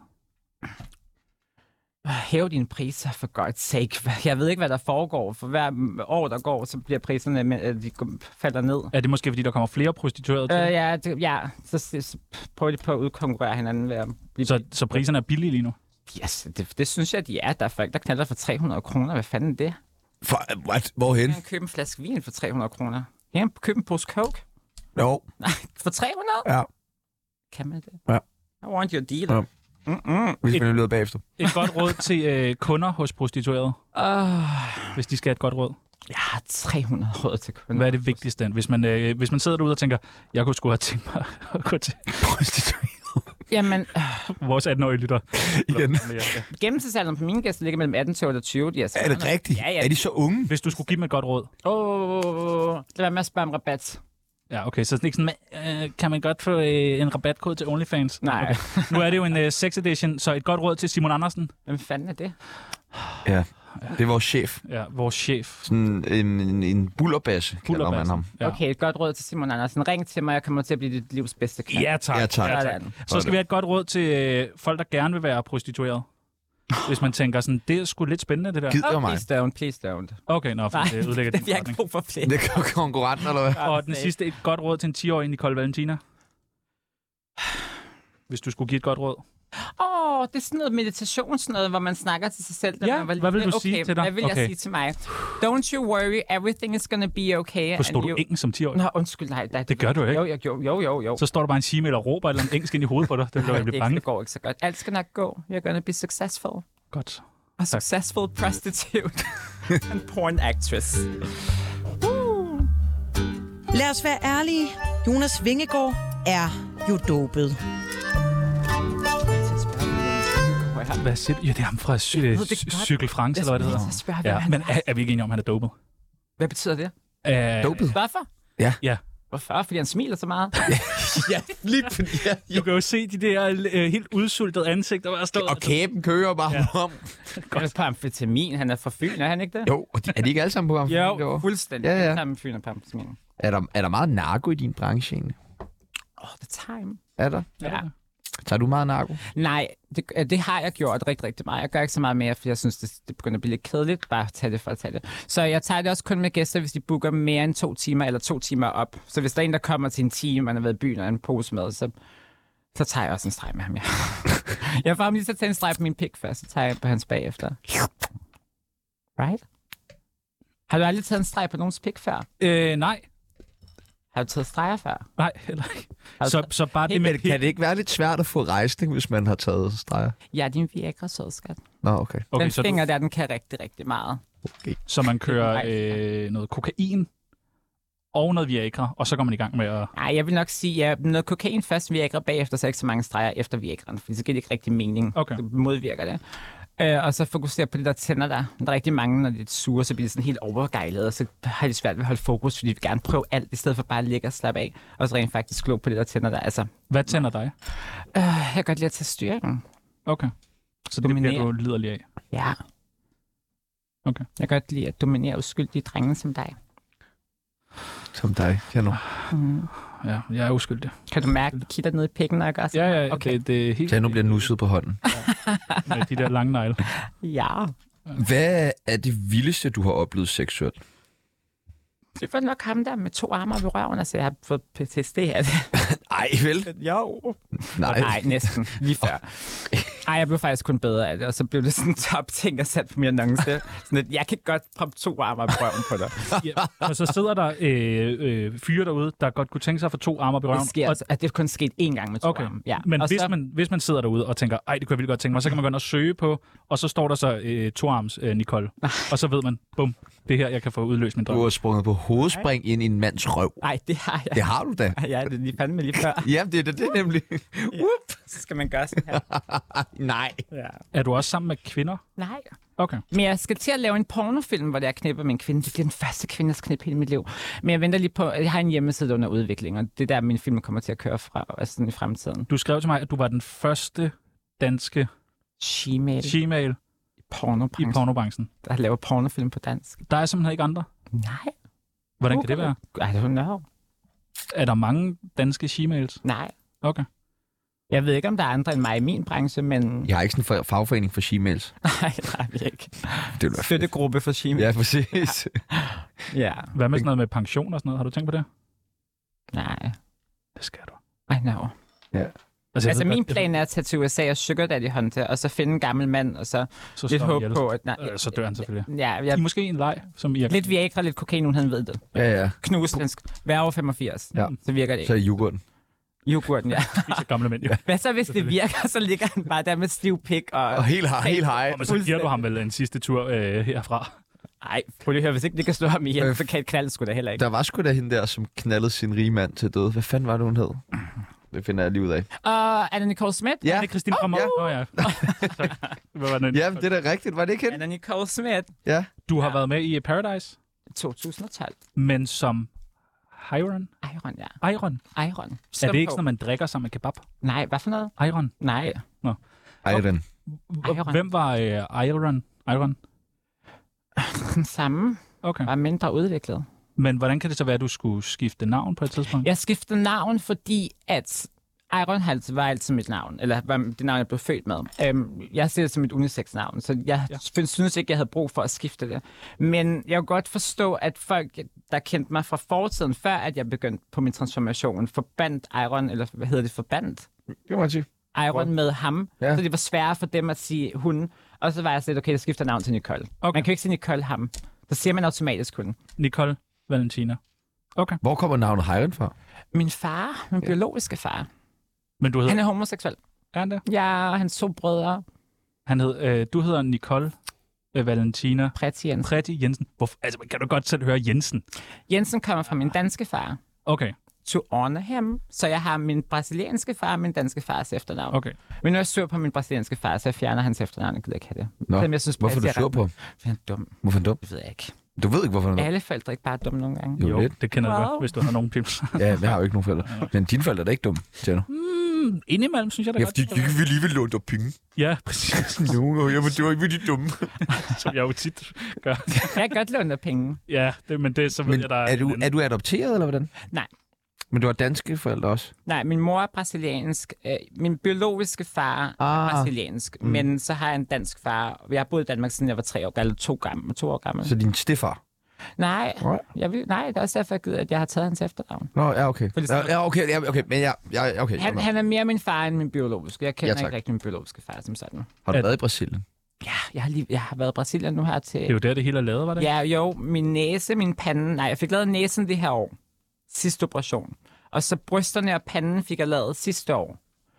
Speaker 4: Hæv dine priser, for godt sake. Jeg ved ikke, hvad der foregår. For hver år, der går, så bliver priserne, med- øh, de går- falder ned.
Speaker 2: Er det måske, fordi der kommer flere prostituerede til?
Speaker 4: Øh, ja, det, ja. Så, så, så prøver de på at udkonkurrere hinanden ved at blive...
Speaker 2: Så, så priserne er billige lige nu?
Speaker 4: Yes, det, det synes jeg, de er. Der er folk, der knalder for tre hundrede kroner. Hvad fanden er det?
Speaker 1: For, what? Hvorhen?
Speaker 4: Jeg kan købe en flaske vin for tre hundrede kroner. Jeg kan købe en pose coke
Speaker 1: Jo.
Speaker 4: for tre hundrede?
Speaker 1: Ja.
Speaker 4: Kan man det?
Speaker 1: Ja.
Speaker 4: I want your dealer.
Speaker 1: Ja.
Speaker 4: Mm-mm.
Speaker 1: Vi finder det ud bagefter.
Speaker 2: Et godt råd til øh, kunder hos prostituerede,
Speaker 4: Oh,
Speaker 2: hvis de skal have et godt råd.
Speaker 4: jeg har tre hundrede råd til kunder.
Speaker 2: Hvad er det vigtigste? Hvis man, øh, hvis man sidder derude og tænker, jeg kunne sgu have tænkt mig at gå til
Speaker 4: Jamen, øh,
Speaker 2: vores atten-årige lytter.
Speaker 1: Igen.
Speaker 4: gennemsnitsalderen på mine gæster ligger mellem atten til otteogtyve. De er,
Speaker 1: Er det rigtigt?
Speaker 4: Ja, ja.
Speaker 1: Er de så unge?
Speaker 2: Hvis du skulle give dem et godt råd.
Speaker 4: Åh, oh, lad være med at spørge om rabat.
Speaker 2: Ja, okay. Så det er ikke sådan, øh, kan man godt få øh, en rabatkode til OnlyFans?
Speaker 4: Nej.
Speaker 2: Okay. Nu er det jo en øh, sex edition, så et godt råd til Simon Andersen.
Speaker 4: Hvem fanden er det?
Speaker 1: Ja. Det er vores chef.
Speaker 2: Ja, vores chef.
Speaker 1: Sådan en, en, en bullerbasse, kalder man ham.
Speaker 2: Ja.
Speaker 4: Okay, et godt råd til Simon Andersen. Ring til mig, jeg kommer til at blive dit livs bedste kære.
Speaker 2: Ja, tak.
Speaker 1: Ja, tak.
Speaker 2: Ja, tak.
Speaker 4: Sådan.
Speaker 2: Så skal vi have et godt råd til øh, folk, der gerne vil være prostitueret. Hvis man tænker sådan, det er sgu lidt spændende, det der.
Speaker 1: Gider
Speaker 4: Oh,
Speaker 1: mig.
Speaker 4: please don't, please don't.
Speaker 2: Okay, nå, for
Speaker 4: Nej,
Speaker 2: det udlægger
Speaker 4: det
Speaker 2: din
Speaker 4: bliver ikke
Speaker 2: forretning.
Speaker 4: brug for flere.
Speaker 1: Det er konkurrenten, eller hvad?
Speaker 2: Og den sidste, et godt råd til en ti-årig Nicole Valentina. Hvis du skulle give et godt råd.
Speaker 4: Åh, oh, det er sådan noget meditation, sådan noget, hvor man snakker til sig selv. Da
Speaker 2: Ja,
Speaker 4: man var
Speaker 2: hvad vil
Speaker 4: lille.
Speaker 2: du sige
Speaker 4: okay,
Speaker 2: til dig?
Speaker 4: Hvad vil
Speaker 2: Okay.
Speaker 4: jeg sige til mig? Don't you worry, everything is gonna be okay.
Speaker 2: Forstod
Speaker 4: and
Speaker 2: du
Speaker 4: you...
Speaker 2: engelsk som ti-årig?
Speaker 4: Nå, undskyld, nej. nej
Speaker 2: Det gør du ikke.
Speaker 4: Jo, jo, jo, jo, jo.
Speaker 2: Så står der bare en Gmail og råber et eller andet engelsk ind i hovedet på dig. Det bliver jeg
Speaker 4: det,
Speaker 2: blive bange.
Speaker 4: det går ikke så godt. Alt skal nok gå. You're gonna be successful.
Speaker 2: Godt.
Speaker 4: A successful prostitute and porn actress. Woo.
Speaker 5: Lad os være ærlige. Jonas Vingegaard er jo dopet.
Speaker 2: Hvad siger du? Ja, det er ham fra Cy-
Speaker 4: ved det godt.
Speaker 2: Cykel France, eller hvad det
Speaker 4: Jeg
Speaker 2: hedder.
Speaker 4: spørger, hvem
Speaker 2: Ja,
Speaker 4: han
Speaker 2: men
Speaker 4: er.
Speaker 2: er, er vi ikke enige om, at han er dopet?
Speaker 4: Hvad betyder det?
Speaker 2: Uh,
Speaker 1: Dopet?
Speaker 4: Hvorfor?
Speaker 2: Ja.
Speaker 4: Hvorfor? Fordi han smiler så meget.
Speaker 1: Ja, lige ja.
Speaker 2: Du kan jo se de der uh, helt udsultede ansigter, der står.
Speaker 1: Og kæben kører bare
Speaker 2: Ja.
Speaker 1: om.
Speaker 4: Han er på amfetamin. Han er fra Fyn, er han ikke det?
Speaker 1: Jo, og de, er de ikke alle sammen på ham?
Speaker 4: Jo, fuldstændig.
Speaker 1: Ja, ja.
Speaker 4: Sammen med Fyn og på amfetamin.
Speaker 1: Er der, er der meget narko i din branche egentlig?
Speaker 4: Oh, the time.
Speaker 1: Er der?
Speaker 4: Ja.
Speaker 1: Tager du meget narko?
Speaker 4: Nej, det, det har jeg gjort rigtig, rigtig meget. Jeg gør ikke så meget mere, for jeg synes, det, det begynder at blive lidt kedeligt. Bare at tage det for at tage det. Så jeg tager det også kun med gæster, hvis de booker mere end to timer eller to timer op. Så hvis der er en, der kommer til en time, man har været i byen og en pose med, så, så tager jeg også en streg med ham, ja. Jeg får ham lige til at tage en streg på min pik først, så tager jeg på hans bagefter. Right? Har du aldrig taget en streg på nogens pik før?
Speaker 2: Øh, nej.
Speaker 4: Har du taget streger før?
Speaker 2: Nej, heller ikke.
Speaker 4: Har du
Speaker 2: Så,
Speaker 4: taget-
Speaker 2: så bare det
Speaker 4: Helt
Speaker 2: med...
Speaker 1: Men kan det ikke være lidt svært at få rejsning, hvis man har taget streger?
Speaker 4: Ja, din Viagra sødskat.
Speaker 1: Nå, okay.
Speaker 2: Okay,
Speaker 4: Den
Speaker 2: så,
Speaker 4: finger
Speaker 2: du,
Speaker 4: der, den kan rigtig, rigtig meget.
Speaker 1: okay.
Speaker 2: så man kører
Speaker 4: Nej.
Speaker 2: øh, noget kokain og noget Viagra, og så går man i gang med at...
Speaker 4: Nej, jeg vil nok sige, ja, noget kokain først, Viagra bagefter, så ikke så mange streger efter Viagraen, for så giver det ikke rigtig mening.
Speaker 2: Okay.
Speaker 4: Det modvirker det. Øh, og så fokusere på det, der tænder der. Der er rigtig mange, når det er sure, så bliver det sådan helt overgejlet, og så har de svært ved at holde fokus, fordi de vil gerne prøve alt, i stedet for bare at ligge og slappe af, og så rent faktisk slå på det, der tænder der. Altså,
Speaker 2: Hvad tænder dig?
Speaker 4: øh, jeg kan godt lide at tage styringen.
Speaker 2: Okay. Så det bliver
Speaker 4: Dominere.
Speaker 2: du liderlig af.
Speaker 4: Ja.
Speaker 2: Okay.
Speaker 4: Jeg kan godt lide at dominere uskyldige drenge som dig.
Speaker 1: Som dig, ja nu.
Speaker 4: Mm.
Speaker 2: Ja, jeg er uskyldig.
Speaker 4: Kan du mærke, at de kitter ned i pikken, når jeg gør sådan?
Speaker 2: Ja, ja,
Speaker 4: Okay.
Speaker 2: det, det er helt
Speaker 1: Ja, nu bliver nusset på hånden.
Speaker 2: med de der lange negle.
Speaker 4: Ja.
Speaker 1: Hvad er det vildeste, du har oplevet seksuelt?
Speaker 4: Det var nok ham der med to arme ved røven, altså jeg har fået P T S D af det.
Speaker 1: Ej, vel?
Speaker 4: Jo.
Speaker 1: Nej.
Speaker 4: Nej, næsten. Lige før. Ej, jeg blev faktisk kun bedre af det, og så blev det sådan en top ting at sætte på min annonce. Sådan at jeg kan godt proppe to arme på røven på dig.
Speaker 2: Ja, og så sidder der øh, øh, fyre derude, der godt kunne tænke sig at få to arme op i røven.
Speaker 4: Det sker
Speaker 2: og,
Speaker 4: altså, at det er kun sket én gang med to
Speaker 2: okay.
Speaker 4: arme. Ja.
Speaker 2: Men
Speaker 4: og
Speaker 2: hvis,
Speaker 4: så,
Speaker 2: man, hvis man sidder derude og tænker, ej, det kunne jeg virkelig godt tænke mig, så kan man gå ind og søge på, og så står der så øh, toarms øh, Nicole. Og så ved man, bum, det her, jeg kan få udløst min
Speaker 1: Du
Speaker 2: drøm.
Speaker 1: har sprunget på hovedspring ind i en mands røv.
Speaker 4: Ej, det har jeg.
Speaker 1: Det har du da.
Speaker 4: Ja, det er lige fandme lige før.
Speaker 1: Jamen, det er det, det er nemlig.
Speaker 4: Whoop, så skal man gøre sådan her.
Speaker 1: Nej.
Speaker 4: Ja.
Speaker 2: Er du også sammen med kvinder?
Speaker 4: Nej.
Speaker 2: Okay.
Speaker 4: Men jeg skal til at lave en pornofilm, hvor jeg knipper med en kvinde. Det bliver den første kvinde, jeg skal knippe hele mit liv. Men jeg venter lige på, jeg har en hjemmeside under udvikling, og det er der, min film kommer til at køre fra, altså sådan i fremtiden.
Speaker 2: Du skrev til mig, at du var den første danske
Speaker 4: Gmail.
Speaker 2: Gmail i
Speaker 4: Pornobranchen,
Speaker 2: pornobranchen.
Speaker 4: der laver pornofilm på dansk.
Speaker 2: Der er simpelthen ikke andre.
Speaker 4: Nej.
Speaker 2: Hvordan kan det være?
Speaker 4: I don't know.
Speaker 2: Er der mange danske Gmails?
Speaker 4: Nej.
Speaker 2: Okay.
Speaker 4: Jeg ved ikke, om der er andre end mig i min branche, men...
Speaker 1: Jeg har ikke sådan en fagforening for Gmails.
Speaker 4: Nej, det har vi ikke.
Speaker 1: Det vil være fedt.
Speaker 4: Støttegruppe for Gmail.
Speaker 1: Ja, præcis.
Speaker 4: Ja.
Speaker 2: Hvad med sådan noget med pension og sådan noget? Har du tænkt på det?
Speaker 4: Nej.
Speaker 2: Det skal du.
Speaker 4: I know.
Speaker 1: Ja.
Speaker 2: Altså, jeg
Speaker 4: Altså,
Speaker 2: ved
Speaker 4: min
Speaker 2: godt,
Speaker 4: plan er at tage til U S A og sugar daddy hunte, og så finde en gammel mand, og så
Speaker 2: så
Speaker 4: lidt
Speaker 2: slår
Speaker 4: håb
Speaker 2: ihjel.
Speaker 4: på, at... Nej,
Speaker 2: Øh, så dør han selvfølgelig.
Speaker 4: ja,
Speaker 2: I er
Speaker 4: jeg,
Speaker 2: måske en leg, som I har...
Speaker 4: lidt Viagra, lidt kokain, uden han ved det.
Speaker 1: Ja, ja.
Speaker 4: Knuslensk. Hver over femogfirs.
Speaker 1: Ja.
Speaker 4: Så virker det
Speaker 1: Så
Speaker 4: ikke.
Speaker 1: er yoghurten.
Speaker 4: Yoghurten, ja.
Speaker 2: spiser gamle mænd, jo.
Speaker 4: Hvad så, hvis det virker, så ligger han bare der med stiv pik og...
Speaker 1: Og helt, hej, helt hej.
Speaker 2: Men så giver du ham vel en sidste tur øh, herfra.
Speaker 4: Ej, prøv lige at høre, hvis ikke det kan slå ham ihjel,
Speaker 1: Øh,
Speaker 4: så kan et knald sgu da heller ikke.
Speaker 1: Der var sgu da hende der, som knaldede sin rige mand til døde. Hvad fanden var det, hun hed? Det finder jeg lige ud af.
Speaker 4: Og er det Nicole Smith?
Speaker 1: Ja,
Speaker 2: Det er Christine Brammer.
Speaker 1: ja.
Speaker 2: Åh, ja. Hvad var den?
Speaker 1: ja det er da rigtigt. Var det ikke
Speaker 4: Er
Speaker 1: hende?
Speaker 4: det Nicole Smith?
Speaker 1: Ja.
Speaker 2: Du har været med i Paradise,
Speaker 4: to tusind og tolv.
Speaker 2: men som Iron.
Speaker 4: Iron, ja.
Speaker 2: Iron.
Speaker 4: Iron.
Speaker 2: Er det ikke sådan, at man drikker sammen med kebab?
Speaker 4: Nej, hvad for noget?
Speaker 2: Iron.
Speaker 4: Nej.
Speaker 1: Iron.
Speaker 2: H- Hvem var øh, Iron? Iron?
Speaker 4: Den samme.
Speaker 2: Okay.
Speaker 4: Var mindre udviklet.
Speaker 2: Men hvordan kan det så være, at du skulle skifte navn på et tidspunkt?
Speaker 4: Jeg skiftede navn, fordi at Iron har altid, var altid mit navn, eller var det navn, jeg blev født med. Øhm, jeg ser det som et unisex-navn, så jeg ja. synes ikke, jeg havde brug for at skifte det. Men jeg kan godt forstå, at folk, der kendte mig fra fortiden, før at jeg begyndte på min transformation, forbandt Iron, eller hvad hedder det, forbandt?
Speaker 1: Det må man sige.
Speaker 4: Iron med ham,
Speaker 1: ja.
Speaker 4: så det var sværere for dem at sige hun. Og så var jeg sådan, okay, jeg skifter navn til Nicole. Okay. Man kan jo ikke sige Nicole ham. Så siger man automatisk kun.
Speaker 2: Nicole Valentina. Okay.
Speaker 1: Hvor kommer navnet Hyren fra?
Speaker 4: Min far, min ja. biologiske far.
Speaker 2: Men du hedder...
Speaker 4: Han er homoseksuel.
Speaker 2: Er han det?
Speaker 4: Ja, hans to brødre.
Speaker 2: Han hed, øh, du hedder Nicole øh, Valentina.
Speaker 4: Pretty Jensen.
Speaker 2: Pretty Jensen. Hvorfor? Altså, kan du godt selv høre Jensen?
Speaker 4: Jensen kommer fra min danske far.
Speaker 2: Okay.
Speaker 4: To honor him. Så jeg har min brasilianske far og min danske fars efternavn.
Speaker 2: Okay.
Speaker 4: Men nu er jeg sur på min brasilianske far, så jeg fjerner hans efternavn. Jeg gider ikke have det.
Speaker 1: Nå.
Speaker 4: Dem, jeg synes,
Speaker 1: hvorfor er du sur på?
Speaker 4: Han er dum.
Speaker 1: Hvorfor er han dum?
Speaker 4: Det ved jeg ikke.
Speaker 1: Du ved ikke, hvorfor han er dum?
Speaker 4: Alle forældre er ikke bare dumme nogle gange.
Speaker 2: Jo, jo det kender wow. du godt, hvis du har nogen pims.
Speaker 1: Ja, jeg har jo ikke nogen forældre. Men dine forældre er da ikke dumme, siger du?
Speaker 2: Mm, indimellem, synes jeg da
Speaker 1: ja,
Speaker 2: godt.
Speaker 1: Ja, fordi de vil lige vil låne dig penge.
Speaker 2: Ja, præcis.
Speaker 1: Jo, jeg var, det var ikke de dumme.
Speaker 2: Som jeg jo tit gør.
Speaker 4: Jeg kan godt låne dig penge.
Speaker 2: Ja, det, men det så ved
Speaker 1: men
Speaker 2: jeg, der er...
Speaker 1: Er du, er du adopteret, eller hvordan?
Speaker 4: Nej.
Speaker 1: Men du har danske forældre også?
Speaker 4: Nej, min mor er brasiliansk. Øh, min biologiske far ah. er brasiliansk, mm. men så har jeg en dansk far. Jeg har boet i Danmark, siden jeg var tre år gammel, to, gammel, to år gammel.
Speaker 1: Så din stefar?
Speaker 4: Nej, jeg vil, nej, det er også derfor, jeg gider, at jeg har taget hans efternavn.
Speaker 1: Nå, ja, okay. Ja, ja, okay, ja, okay, men ja, ja, okay.
Speaker 4: Han, han er mere min far end min biologiske. Jeg kender ja, ikke rigtig min biologiske far som sådan.
Speaker 1: Har du at... været i Brasilien?
Speaker 4: Ja, jeg har, lige, jeg har været i Brasilien nu her til...
Speaker 2: Det er jo der, det hele er lavet, var det?
Speaker 4: Ja, jo, min næse, min pande... Nej, jeg fik lavet næsen det her år. Sidste operation. Og så brysterne og panden fik jeg lavet sidste år.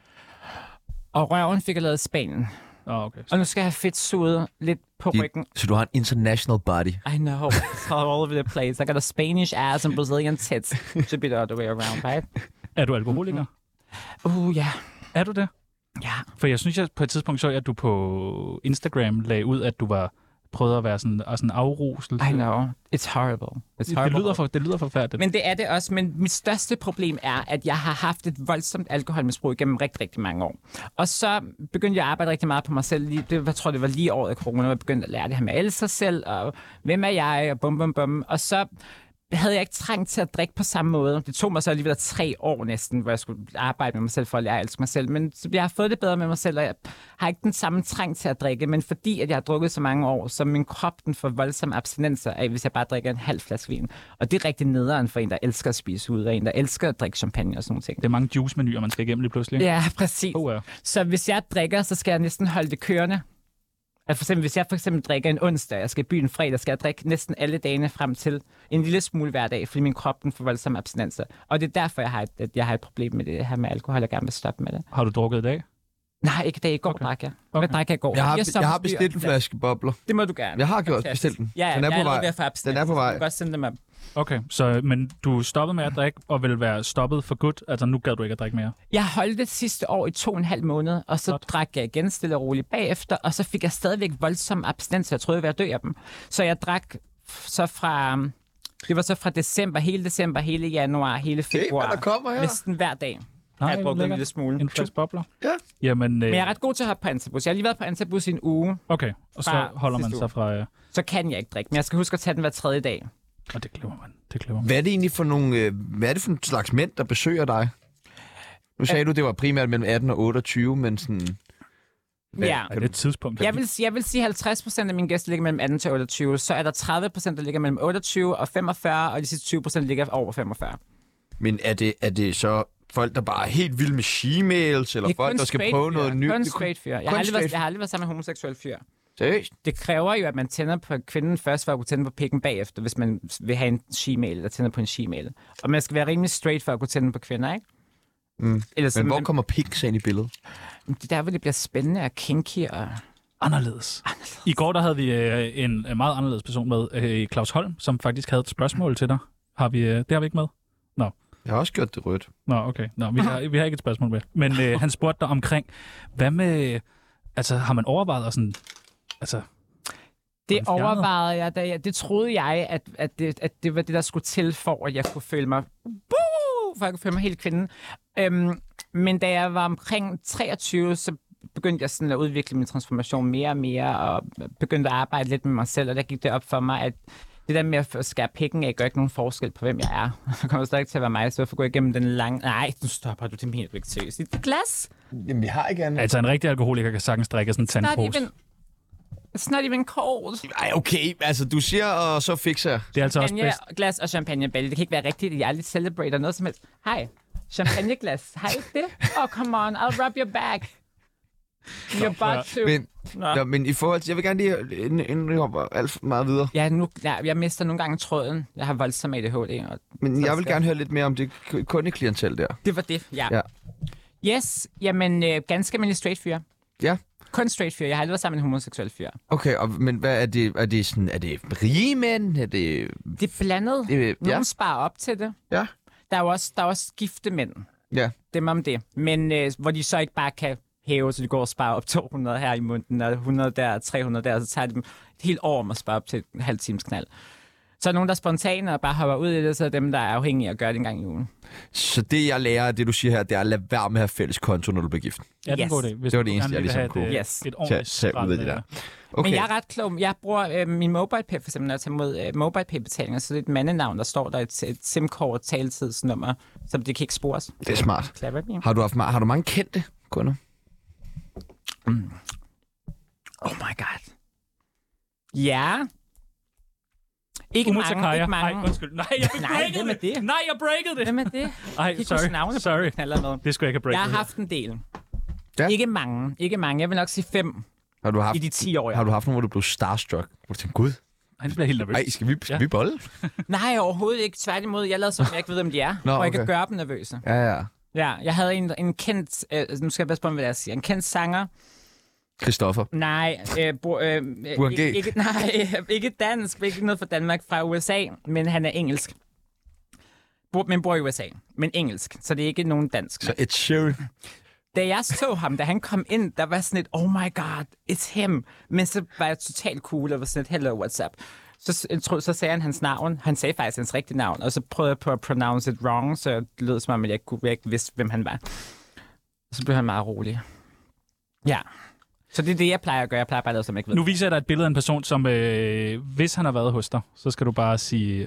Speaker 4: Og røven fik jeg lavet i Spanien.
Speaker 2: Oh, okay.
Speaker 4: Og nu skal jeg have fedt suget lidt på
Speaker 1: De,
Speaker 4: ryggen.
Speaker 1: Så du har en international body?
Speaker 4: I know. It's all over the place. I got a Spanish ass and Brazilian tits. Should be the other way around, right?
Speaker 2: Er du alkoholiker?
Speaker 4: Uh, ja. Yeah.
Speaker 2: Er du det?
Speaker 4: Ja.
Speaker 2: For jeg synes, at på et tidspunkt så at du på Instagram lagde ud, at du var prøvet at være sådan, og sådan afrusel.
Speaker 4: I know. It's horrible. It's horrible.
Speaker 2: Det lyder, for, det lyder forfærdeligt.
Speaker 4: Men det er det også. Men mit største problem er, at jeg har haft et voldsomt alkoholmisbrug gennem rigtig, rigtig mange år. Og så begyndte jeg at arbejde rigtig meget på mig selv. Det, jeg tror, det var lige året af corona, hvor jeg begyndte at lære det her med at elske sig selv, og hvem er jeg, og bum, bum, bum. Og så havde jeg ikke trængt til at drikke på samme måde. Det tog mig så alligevel tre år næsten, hvor jeg skulle arbejde med mig selv for at lære at elske mig selv. Men jeg har fået det bedre med mig selv, og jeg har ikke den samme trang til at drikke. Men fordi at jeg har drukket så mange år, så min krop den får voldsomme abstinenser af, hvis jeg bare drikker en halv flaske vin. Og det er rigtig nederen for en, der elsker at spise ud, og en, der elsker at drikke champagne og sådan noget ting.
Speaker 2: Det er mange juice-menuer, man skal igennem lige pludselig.
Speaker 4: Ja, præcis.
Speaker 2: Oh, ja.
Speaker 4: Så hvis jeg drikker, så skal jeg næsten holde det kørende. Altså for eksempel, hvis jeg for eksempel drikker en onsdag, og jeg skal i byen fredag, skal jeg drikke næsten alle dagene frem til en lille smule hver dag, fordi min krop den får voldsomme abstinenser. Og det er derfor, jeg har, et, at jeg har et problem med det her med alkohol, og gerne vil stoppe med det.
Speaker 2: Har du drukket i dag?
Speaker 4: Nej, ikke i dag. I går okay. drak jeg. Hvad okay. drak jeg i går?
Speaker 1: Jeg har, jeg, jeg har bestilt en flaske bobler.
Speaker 4: Det må du gerne.
Speaker 1: Jeg har gjort bestilt den.
Speaker 4: Ja,
Speaker 1: den er
Speaker 4: jeg
Speaker 1: på vej.
Speaker 4: Er den
Speaker 1: er på vej.
Speaker 4: Du kan godt sende dem op.
Speaker 2: Okay, så, men du stoppede med at drikke, og vil være stoppet for godt? Altså, nu gad du ikke at drikke mere?
Speaker 4: Jeg holdt det sidste år i to og en halv måned, og så Godt. drak jeg igen stille og roligt bagefter, og så fik jeg stadigvæk voldsom abstinens, jeg troede, jeg var dø af dem. Så jeg drak så fra... Det var så fra december, hele december, hele januar, hele februar.
Speaker 1: Okay, der kommer her.
Speaker 4: Næsten hver dag.
Speaker 2: Nej,
Speaker 4: jeg har drukket en lille smule.
Speaker 2: En frisk bobler?
Speaker 1: Ja.
Speaker 2: Jamen, øh...
Speaker 4: Men jeg er ret god til at hoppe på Antabus. Jeg har lige været på Antabus i en uge.
Speaker 2: Okay, og så holder man sig fra... Øh...
Speaker 4: Så kan jeg ikke drikke, men jeg skal huske at tage den hver tredje dag.
Speaker 2: Og det glemmer man. Det glemmer man.
Speaker 1: Hvad er det egentlig for nogle, øh, hvad er det for en slags mænd, der besøger dig? Nu sagde Æ... du, det var primært mellem atten og otteogtyve, men sådan...
Speaker 4: Hvad, ja.
Speaker 2: Er det et tidspunkt?
Speaker 4: Jeg vil, jeg vil sige, at halvtreds procent af mine gæster ligger mellem atten til otteogtyve. Så er der tredive procent, der ligger mellem otteogtyve og femogfyrre, og de sidste tyve procent ligger over femogfyrre.
Speaker 1: Men er det, er det så folk, der bare er helt vilde med she-mails, eller folk, der skal prøve noget nyt?
Speaker 4: Det er kun straight fyr. Jeg har aldrig været, jeg har aldrig været sammen med homoseksuel fyr.
Speaker 1: Seriøst?
Speaker 4: Det kræver jo, at man tænder på kvinden først, for at kunne tænde på pikken bagefter, hvis man vil have en she-mail, eller tænder på en she-mail. Og man skal være rimelig straight for at kunne tænde på kvinder, ikke?
Speaker 1: Mm. Ellers, men hvor man... kommer pik ind i billedet?
Speaker 4: Det er der, hvor det bliver spændende og kinky og...
Speaker 2: Anderledes. anderledes. I går der havde vi øh, en meget anderledes person med, øh, Claus Holm, som faktisk havde et spørgsmål til dig. Har vi, øh, det har vi ikke med? Nå.
Speaker 1: Jeg har også gjort det rødt.
Speaker 2: Nå, okay. Nå, vi, har, vi har ikke et spørgsmål med. Men øh, han spurgte dig omkring, hvad med... Altså, har man overvejet at sådan... Altså...
Speaker 4: Det overvejede jeg, da jeg, det troede jeg, at, at, det, at det var det, der skulle til, for at jeg kunne føle mig, Boo! for at jeg kunne føle mig helt kvinde. Øhm, men da jeg var omkring treogtyve, så begyndte jeg sådan at udvikle min transformation mere og mere, og begyndte at arbejde lidt med mig selv, og der gik det op for mig, at det der med at skære pikken af, gør ikke nogen forskel på, hvem jeg er. Jeg kommer stadig til at være mig, så jeg får gå igennem den lange... Nej, nu stopper du, det er helt ikke seriøst. Et glas?
Speaker 1: Jamen, vi har ikke andet.
Speaker 2: Altså, en rigtig alkoholiker kan sagtens drikke sådan en tandpose.
Speaker 4: It's not even cold.
Speaker 1: Ej, okay. Altså, du siger, og så fikser jeg.
Speaker 2: Det er altså også bedst.
Speaker 4: Champagneglas og champagnebælle. Det kan ikke være rigtigt. Jeg aldrig celebrater noget som helst. Hej. Champagneglas. Har I ikke det? Oh, come on. I'll rub your back. You're about to...
Speaker 1: Men, nå, men i forhold til... Jeg vil gerne lige inden jeg hopper alt for meget videre.
Speaker 4: Ja, nu, ja, jeg mister nogle gange tråden. Jeg har voldsomt A D H D. Og
Speaker 1: Men jeg vil gerne høre lidt mere om det kundeklientel der.
Speaker 4: Det var det, ja.
Speaker 1: Ja.
Speaker 4: Yes, jamen øh, ganske almindelig straight fyr.
Speaker 1: Ja.
Speaker 4: Kun straight fyr. Jeg har aldrig været sammen med en homoseksuel fyr.
Speaker 1: Okay, og, men hvad er det? Er det sådan, er det rige mænd? Er det...
Speaker 4: Det er blandet.
Speaker 1: Det,
Speaker 4: Nogle
Speaker 1: ja.
Speaker 4: sparer op til det.
Speaker 1: Ja.
Speaker 4: Der er jo også, der er også gifte mænd.
Speaker 1: Ja.
Speaker 4: Dem om det. Men øh, hvor de så ikke bare kan hæve, så de går og sparer op to hundrede her i måneden, og hundrede der, tre hundrede der, og så tager de dem et helt år om at spare op til en halv times knald. Så er nogen, der er spontane og bare hopper ud i det, så er dem, der er afhængige af at gøre det en gang i ugen.
Speaker 1: Så det, jeg lærer af det, du siger her, det er at lade være med at have fælles konto, når du bliver gift.
Speaker 2: Ja, den
Speaker 4: Yes.
Speaker 2: går det. Hvis
Speaker 1: Det var
Speaker 2: du
Speaker 1: det eneste,
Speaker 2: gerne
Speaker 1: jeg
Speaker 2: vil
Speaker 1: ligesom
Speaker 2: have
Speaker 1: kunne.
Speaker 2: et, øh,
Speaker 4: Yes.
Speaker 2: et ordentligt
Speaker 1: Tag- tag ud af det der. Okay.
Speaker 4: Men jeg er ret klog. Jeg bruger øh, min MobilePay for eksempel, når jeg tager imod øh, MobilePay-betalinger, så det er et mandenavn, der står der et, et SIM-kort, taletidsnummer, så det kan ikke spores.
Speaker 1: Det er smart.
Speaker 4: Clever, ja.
Speaker 1: Har du, haft, ma- har du mange kendte kunder?
Speaker 4: Mm. Oh my god. Ja. Ikke
Speaker 2: Uma
Speaker 4: mange,
Speaker 2: Takaya.
Speaker 4: ikke mange.
Speaker 2: Nej, undskyld. Nej, jeg
Speaker 4: Nej,
Speaker 2: breakede
Speaker 4: hvem er
Speaker 2: det.
Speaker 4: det?
Speaker 2: Nej, jeg breakede det.
Speaker 4: Hvem er det?
Speaker 2: Ej,
Speaker 4: Ikke
Speaker 2: sorry.
Speaker 4: huske navne på,
Speaker 2: Sorry.
Speaker 4: hvad knaller med.
Speaker 2: Det skulle jeg ikke have
Speaker 4: Jeg
Speaker 2: breaket.
Speaker 4: har haft en del.
Speaker 1: Ja.
Speaker 4: Ikke mange. Ikke mange. Jeg vil nok sige fem
Speaker 1: Har du haft,
Speaker 4: i de ti år, jeg
Speaker 1: har du haft nogen, hvor du blev starstruck? Hvor du tænkte, gud,
Speaker 2: Han bliver helt nervøs.
Speaker 1: ej, skal vi, skal
Speaker 2: Ja.
Speaker 1: vi bolle?
Speaker 4: Nej, overhovedet ikke. Tværtimod, jeg lavede som, jeg ikke ved, om de er.
Speaker 1: Nå,
Speaker 4: og jeg kan
Speaker 1: okay.
Speaker 4: gøre dem nervøse.
Speaker 1: Ja, ja.
Speaker 4: Ja, jeg havde en, en kendt... Øh, nu skal jeg passe på, hvad jeg siger. En kendt sanger.
Speaker 1: Christoffer.
Speaker 4: Nej, øh, bo, øh,
Speaker 1: Burhan G.
Speaker 4: ikke, ikke, nej, ikke dansk. Ikke noget fra Danmark. Fra U S A, men han er engelsk. Bo, men bor i U S A, men engelsk. Så det er ikke nogen dansk.
Speaker 1: Så Ed Sheeran.
Speaker 4: Da jeg så ham, da han kom ind, der var sådan et, oh my god, it's him. Men så var jeg totalt cool og var sådan et, hello, what's up? Så, jeg tror, så sagde han hans navn. Han sagde faktisk hans rigtige navn, og så prøvede jeg på at pronounce it wrong, så det lød som om, at jeg, kunne, jeg ikke vidste, hvem han var. Og så blev han meget rolig. Ja. Så det er det, jeg plejer at gøre. Jeg plejer bare at lade, som jeg ikke ved.
Speaker 2: Nu viser jeg dig et billede af en person, som øh, hvis han har været hos dig, så skal du bare sige...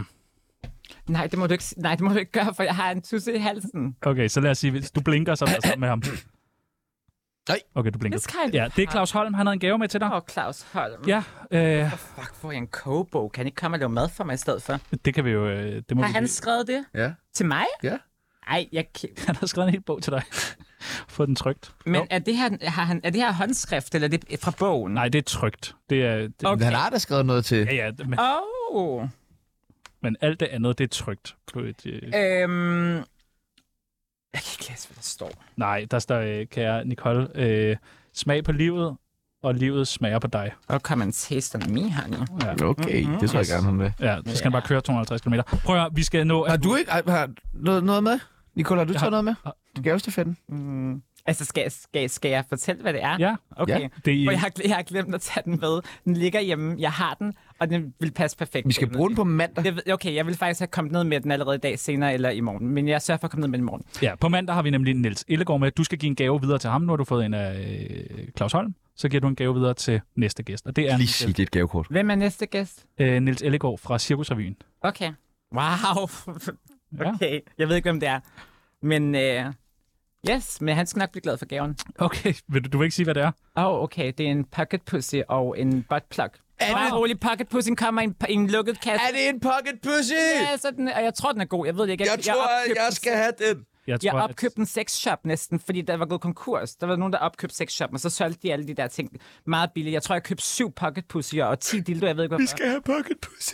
Speaker 4: Nej, det må du ikke, nej, det må du ikke gøre, for jeg har en tusse i halsen.
Speaker 2: Okay, så lad os sige, hvis du blinker, så er du sammen med ham.
Speaker 1: Nej.
Speaker 2: Okay, du blinker.
Speaker 4: This kind of
Speaker 2: Ja, det er Claus Holm. Han havde en gave med til dig.
Speaker 4: Åh, oh, Claus Holm.
Speaker 2: Ja, øh,
Speaker 4: Oh, fuck, får jeg en kogebog? Kan han ikke komme og lave mad for mig i stedet for?
Speaker 2: det kan vi jo... Øh, det må
Speaker 4: Har
Speaker 2: vi...
Speaker 4: han skrevet det?
Speaker 1: Ja.
Speaker 4: Til mig?
Speaker 1: Ja.
Speaker 4: Ej, jeg...
Speaker 2: Han har skrevet en hel bog til dig. Få den trygt.
Speaker 4: Men er det, her, har han, er det her håndskrift, eller er det fra bogen?
Speaker 2: Nej, det er trygt. Det er... Det,
Speaker 4: Okay.
Speaker 1: Men han har da skrevet noget til...
Speaker 2: Ja, ja, men,
Speaker 4: Oh.
Speaker 2: men alt det andet, det er trygt på et... Øh,
Speaker 4: Øhm... Jeg kan ikke læse, hvad der står.
Speaker 2: nej, der står, øh, kære Nicole, øh, smag på livet, og livet smager på dig.
Speaker 4: Oh, come and taste on me, honey.
Speaker 2: Ja,
Speaker 1: Okay, det tror jeg gerne, han vil.
Speaker 2: ja så skal han bare køre to hundrede og halvtreds kilometer. Prøv at høre, vi skal nå...
Speaker 1: Har du ikke har, har noget, noget med? Nicole, har du
Speaker 2: Jeg
Speaker 1: taget
Speaker 2: har-
Speaker 1: noget med? Til gavestafetten?
Speaker 4: Mm. Altså, skal, skal, skal jeg fortælle, hvad det er?
Speaker 2: Ja,
Speaker 4: Okay.
Speaker 1: Ja.
Speaker 2: det
Speaker 4: For
Speaker 2: er...
Speaker 4: jeg har, jeg har glemt at tage den med. Den ligger hjemme. Jeg har den, og den vil passe perfekt.
Speaker 1: Vi skal bruge den på mandag.
Speaker 4: Det, ved- okay, jeg vil faktisk have kommet ned med den allerede i dag, senere eller i morgen. Men jeg sørger for at komme ned med den i morgen.
Speaker 2: Ja, på mandag har vi nemlig Niels Ellegaard med. Du skal give en gave videre til ham. Nu har du fået en af øh, Claus Holm. Så giver du en gave videre til næste gæst. Og det er
Speaker 1: Lige sige, det er et gavekort.
Speaker 4: Hvem er næste gæst?
Speaker 2: øh, Niels Ellegaard fra Cirkusrevyen.
Speaker 4: Okay. Wow.
Speaker 2: Ja.
Speaker 4: Okay, jeg ved ikke, hvem det er. Men øh, yes, men han skal nok blive glad for gaven.
Speaker 2: Okay, vil du, du vil ikke sige, hvad det er?
Speaker 4: Åh, oh, okay. Det er en pocket pussy og en butt plug.
Speaker 1: Er
Speaker 4: Bare
Speaker 1: det-
Speaker 4: rolig, pocket pussy kommer i en, i en lukket kasse.
Speaker 1: Er det en pocket pussy?
Speaker 4: Ja, så den, og jeg tror, den er god. Jeg ved det ikke.
Speaker 1: Jeg tror,
Speaker 4: opkøbte
Speaker 1: jeg
Speaker 4: den-
Speaker 1: skal have den.
Speaker 2: Jeg
Speaker 4: Jeg
Speaker 2: tror, at-
Speaker 4: opkøbte en sexshop næsten, fordi der var gået konkurs. Der var nogen, der opkøbte sexshop, og så solgte de alle de der ting meget billigt. Jeg tror, jeg købte syv pocket pussyer og ti dildo, jeg ved ikke, hvorfor.
Speaker 1: Vi skal have pocket pussy.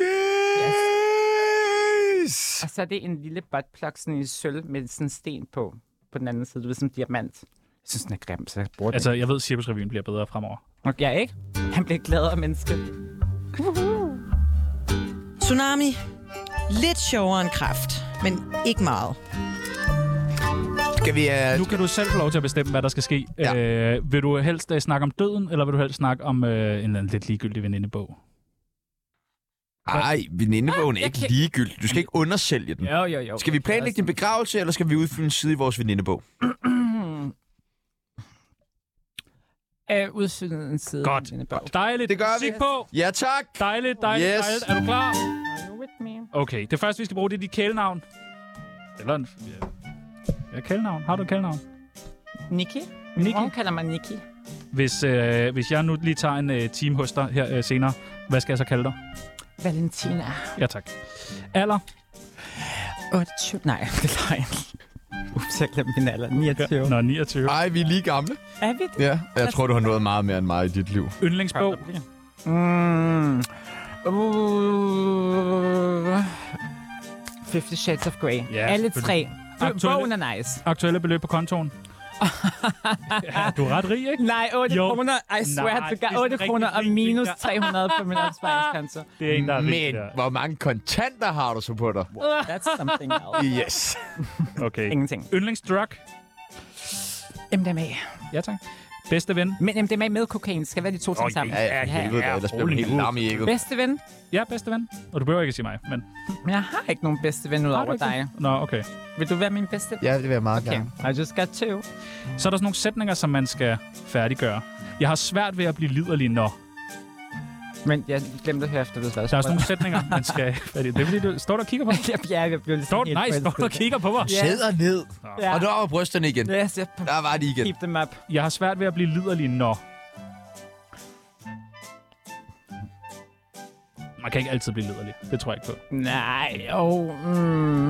Speaker 1: Yes.
Speaker 4: Og så er det en lille buttplug sådan i sølv med sådan en sten på, på den anden side. Du ved, sådan en diamant. Jeg synes, den er grim, så jeg bruger den.
Speaker 2: Altså, jeg ved, at Cirkusrevyen bliver bedre fremover.
Speaker 4: Okay, ja, ikke? Han bliver gladere menneske.
Speaker 5: Tsunami. Lidt sjovere end kræft, men ikke meget.
Speaker 1: Skal vi... Uh...
Speaker 2: Nu kan du selv få lov til at bestemme, hvad der skal ske.
Speaker 1: Ja.
Speaker 2: Øh, vil du helst uh, snakke om døden, eller vil du helst snakke om uh, en eller anden lidt ligegyldig venindebog?
Speaker 1: Ej, venindebogen er
Speaker 4: Ah,
Speaker 1: ikke
Speaker 4: jeg kan-
Speaker 1: ligegyldig. Du skal ikke undersælge den.
Speaker 4: Jo, jo, jo.
Speaker 1: Skal vi planlægge din begravelse, eller skal vi udfylde en side i vores venindebog?
Speaker 4: Øh, udfylde en side.
Speaker 2: Godt.
Speaker 4: af bog.
Speaker 2: Dejligt.
Speaker 1: Det gør vi.
Speaker 2: Musik på.
Speaker 1: Ja, tak.
Speaker 2: Dejligt, dejligt,
Speaker 1: Yes.
Speaker 2: dejligt. Er du klar?
Speaker 4: Are you with me?
Speaker 2: Okay, det første, vi skal bruge, det er dit kælenavn. Eller en... Ja, kælenavn. Har du et kælenavn?
Speaker 4: Nikki?
Speaker 2: Nikki?
Speaker 4: Hun kalder mig Nikki.
Speaker 2: Hvis, øh, hvis jeg nu lige tager en øh, time hos dig her øh, senere, hvad skal jeg så kalde dig?
Speaker 4: Valentina.
Speaker 2: Ja, tak. Alder?
Speaker 4: otteogtyve. Nej, det er løgn. Ups, jeg glemte min alder. niogtyve.
Speaker 2: Nå, niogtyve.
Speaker 1: Ej, vi er lige gamle.
Speaker 4: Er vi det?
Speaker 1: Ja, jeg tror, du har nået meget mere end mig i dit liv.
Speaker 2: Yndlingsbog?
Speaker 4: Mm. Uh. Fifty Shades of Grey.
Speaker 2: Ja,
Speaker 4: Alle tre.
Speaker 2: Aktuelle-
Speaker 4: Bogen er nice.
Speaker 2: Aktuelle beløb på kontoen? Ja, du er ret rig, ikke?
Speaker 4: Nej, otte
Speaker 2: Jo.
Speaker 4: kroner. I swear
Speaker 2: Nej,
Speaker 4: to
Speaker 2: det er
Speaker 4: God. otte
Speaker 2: sådan
Speaker 4: kroner og
Speaker 2: rigtig
Speaker 4: minus
Speaker 2: fint,
Speaker 4: tre hundrede på min opsparingskonto.
Speaker 2: Det er en, der er rig
Speaker 1: Men
Speaker 2: der.
Speaker 1: hvor mange kontanter har du så på dig?
Speaker 4: That's something else.
Speaker 1: Yes.
Speaker 2: Okay.
Speaker 4: Ingenting.
Speaker 2: Yndlingsdrug?
Speaker 4: M D M A.
Speaker 2: Ja, tak. Bedste ven?
Speaker 4: Men M D M A med kokain skal være de to ting
Speaker 2: Åh,
Speaker 4: sammen.
Speaker 1: Ja, ja, helvede da. Ellers bliver man helt lam i ægget.
Speaker 4: Bedste ven?
Speaker 2: Ja, bedste ven. Og du behøver ikke at sige mig, men...
Speaker 4: Men jeg har ikke nogen bedste ven ud
Speaker 2: Har du
Speaker 4: over
Speaker 2: ikke det?
Speaker 4: dig.
Speaker 2: Nå, okay.
Speaker 4: Vil du være min bedste ven?
Speaker 1: Ja, det vil jeg meget
Speaker 4: Okay,
Speaker 1: gerne.
Speaker 4: I just got two.
Speaker 2: Så er der sådan nogle sætninger, som man skal færdiggøre. Jeg har svært ved at blive liderlig, når...
Speaker 4: Men jeg glemte at høre efter, det
Speaker 2: Der er sådan nogle sætninger, man skal færdiggøre. Det er fordi, du står der og kigger på mig.
Speaker 4: Ja, jeg bliver lidt
Speaker 2: Står,
Speaker 4: helt
Speaker 2: nej, står
Speaker 4: forelsket.
Speaker 2: der og kigger på mig.
Speaker 4: Ja.
Speaker 1: Sæder ned.
Speaker 4: Ja.
Speaker 1: Og der var brysterne igen.
Speaker 4: Yes, jeg
Speaker 1: Der var de igen.
Speaker 4: keep them up.
Speaker 2: Jeg har svært ved at blive liderlig, når... Man kan ikke altid blive liderlig. Det tror jeg ikke på.
Speaker 4: Nej, oh, mm.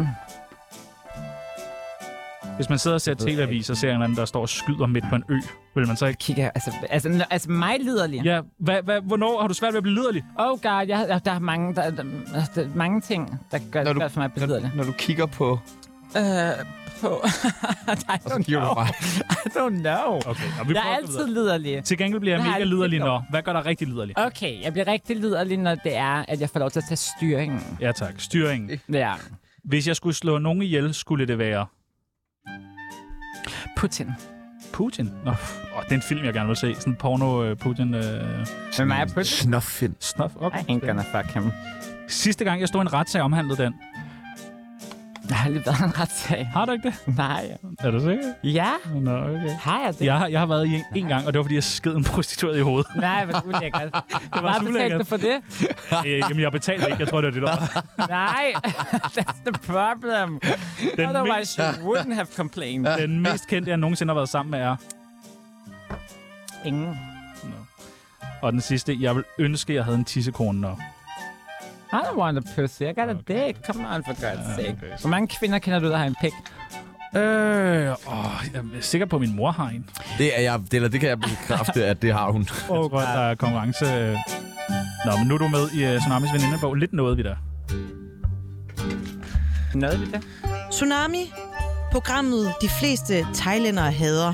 Speaker 2: Hvis man sidder og ser tv-avis og ser en eller anden, der står og skyder midt på en ø, vil man så ikke...
Speaker 4: Kigger, altså, altså, n- altså mig liderlig.
Speaker 2: Ja, hvad, hvad, hvornår har du svært ved at blive liderlig?
Speaker 4: Oh god, jeg, jeg, der er mange, der, der, der er mange ting, der gør
Speaker 1: Når
Speaker 4: det
Speaker 1: du-
Speaker 4: svært for mig at blive liderlig.
Speaker 1: Når du kigger på...
Speaker 4: Øh, på... I
Speaker 1: Og så
Speaker 4: don't
Speaker 1: giver du
Speaker 4: know.
Speaker 1: mig.
Speaker 4: I don't know.
Speaker 2: Okay, og vi
Speaker 4: Jeg er
Speaker 2: prøver at gå
Speaker 4: altid
Speaker 2: videre.
Speaker 4: liderlig.
Speaker 2: Til gengæld bliver jeg
Speaker 4: Det har
Speaker 2: mega
Speaker 4: jeg
Speaker 2: liderlig,
Speaker 4: ikke
Speaker 2: når... Hvad gør dig rigtig liderlig?
Speaker 4: Okay, jeg bliver rigtig liderlig, når det er, at jeg får lov til at tage styringen.
Speaker 2: Ja tak, styringen.
Speaker 4: Ja.
Speaker 2: Hvis jeg skulle slå nogen ihjel, skulle det være...
Speaker 4: Putin.
Speaker 2: Putin? Nå, åh, det er en film, jeg gerne vil se. Sådan en porno-Putin... Øh,
Speaker 4: Med mig er Putin.
Speaker 1: Snoffind.
Speaker 2: snuff. Okay.
Speaker 4: I ain't gonna fuck him.
Speaker 2: Sidste gang, jeg stod i en retssag, omhandlede den.
Speaker 4: Jeg har lige været i en retssag.
Speaker 2: Har du ikke det?
Speaker 4: Nej.
Speaker 2: Er du sikker?
Speaker 4: Ja,
Speaker 2: Nå, okay.
Speaker 4: har jeg det?
Speaker 2: Jeg har, jeg har været i en, en gang, og det var, fordi jeg sked en prostitueret i hovedet.
Speaker 4: Nej, hvor ulækkert.
Speaker 2: Det var
Speaker 4: Hvad
Speaker 2: så
Speaker 4: betalte
Speaker 2: ulækkert.
Speaker 4: du for det?
Speaker 2: Øh, jamen, jeg betalte ikke. Jeg tror, det var det, der var.
Speaker 4: Nej, that's the problem.
Speaker 2: Den
Speaker 4: Otherwise, you wouldn't have complained.
Speaker 2: Den mest kendte, jeg nogensinde har været sammen med, er...
Speaker 4: Ingen.
Speaker 2: No. Og den sidste, jeg vil ønske, jeg havde en tissekone, når...
Speaker 4: I don't want a pussy. I got a
Speaker 2: Okay.
Speaker 4: dick. Come on, for God's sake.
Speaker 2: okay.
Speaker 4: Hvor mange kvinder kender du, der har en pik?
Speaker 2: Øh, åh, jeg er sikker på, at min mor har en.
Speaker 1: Det, er jeg, det, eller det kan jeg bekræfte, at det har hun.
Speaker 2: Åh, oh, godt, der er konkurrence. Nå, men nu er du med i uh, Tsunamis venindebog. Lidt nåede vi der.
Speaker 4: Nåede vi det?
Speaker 5: Tsunami. Programmet, de fleste thailændere hader.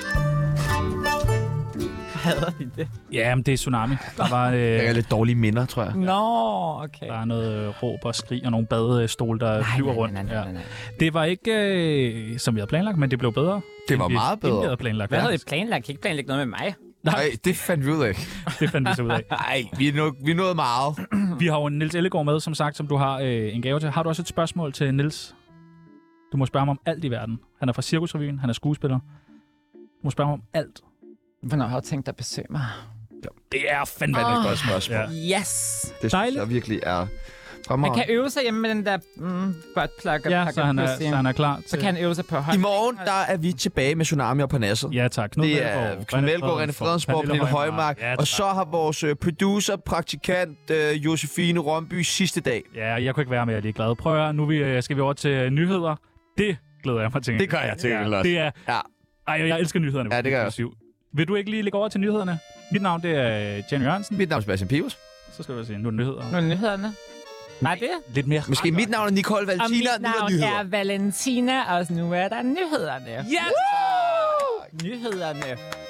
Speaker 4: Hader de det?
Speaker 2: Ja, men det er Tsunami. Der var, øh,
Speaker 1: Jeg har lidt dårlige minder, tror jeg.
Speaker 4: Nå, okay.
Speaker 2: der er noget øh, råb og skrig og nogle badestole, der
Speaker 4: Nej,
Speaker 2: flyver
Speaker 4: nej,
Speaker 2: rundt.
Speaker 4: nej, nej, nej,
Speaker 2: Ja.
Speaker 4: nej.
Speaker 2: Det var ikke, øh, som vi havde planlagt, men det blev bedre.
Speaker 1: Det var
Speaker 2: end vi-
Speaker 1: meget
Speaker 2: end vi
Speaker 1: bedre.
Speaker 2: havde planlagt.
Speaker 4: Hvad
Speaker 2: Ja,
Speaker 4: havde I planlagt? Kan I ikke planlægge noget med mig?
Speaker 1: Nej, det fandt vi ud af.
Speaker 2: det fandt vi så ud af.
Speaker 1: Nej, vi, er no, vi nåede meget.
Speaker 2: Vi har jo Niels Ellegaard med, som sagt, som du har øh, en gave til. Har du også et spørgsmål til Niels? Du må spørge ham om alt i verden. Han er fra Cirkusrevyen, han er skuespiller. Du må spørge ham om alt.
Speaker 4: Hvornår har du tænkt dig at besøge mig?
Speaker 2: Det er fandme
Speaker 1: Det er et
Speaker 2: oh.
Speaker 1: godt spørgsmål.
Speaker 2: Ja.
Speaker 4: Yes!
Speaker 1: Det synes
Speaker 2: Dejligt.
Speaker 1: jeg virkelig er
Speaker 4: Man
Speaker 1: fremragende.
Speaker 4: kan øve sig hjemme med den der mm, buttplug og
Speaker 2: Ja,
Speaker 4: pakke
Speaker 2: så han, er,
Speaker 4: pussy.
Speaker 2: så han er klar til...
Speaker 4: Så kan han øve sig på
Speaker 1: I
Speaker 4: hånd.
Speaker 1: morgen, der er vi tilbage med Tsunami og Parnasset.
Speaker 2: Ja, tak. Knud
Speaker 1: Det er
Speaker 2: Melgaard,
Speaker 1: Knud Melgaard, René Fredensborg, Pernille Højmark.
Speaker 2: Ja,
Speaker 1: Og så har vores øh, producer, praktikant, øh, Josefine Rønby sidste dag.
Speaker 2: Ja, jeg kunne ikke være med, jeg er lige glad. Prøv at høre, nu vi, øh, skal vi over til øh, nyheder. Det glæder jeg mig til.
Speaker 1: Det gør jeg til,
Speaker 2: ja,
Speaker 1: ellers.
Speaker 2: det er...
Speaker 1: Ja.
Speaker 2: Ej, jeg, jeg elsker nyhederne.
Speaker 1: Ja, det gør jeg også.
Speaker 2: Vil du ikke lige lægge over til nyhederne? Mit navn, det er øh, Jenny Jørgensen.
Speaker 1: Mit navn er Sebastian Pibus.
Speaker 2: Så skal vi se, nu er det nyheder.
Speaker 4: Nu er nyhederne. Nej, det er.
Speaker 2: Lidt mere.
Speaker 1: Måske mit navn er Nicole
Speaker 4: Og
Speaker 1: Valentina.
Speaker 4: mit
Speaker 1: Nu er
Speaker 4: navn
Speaker 1: nyheder.
Speaker 4: er Valentina, og nu er der nyhederne.
Speaker 2: Yes!
Speaker 4: Nyhederne.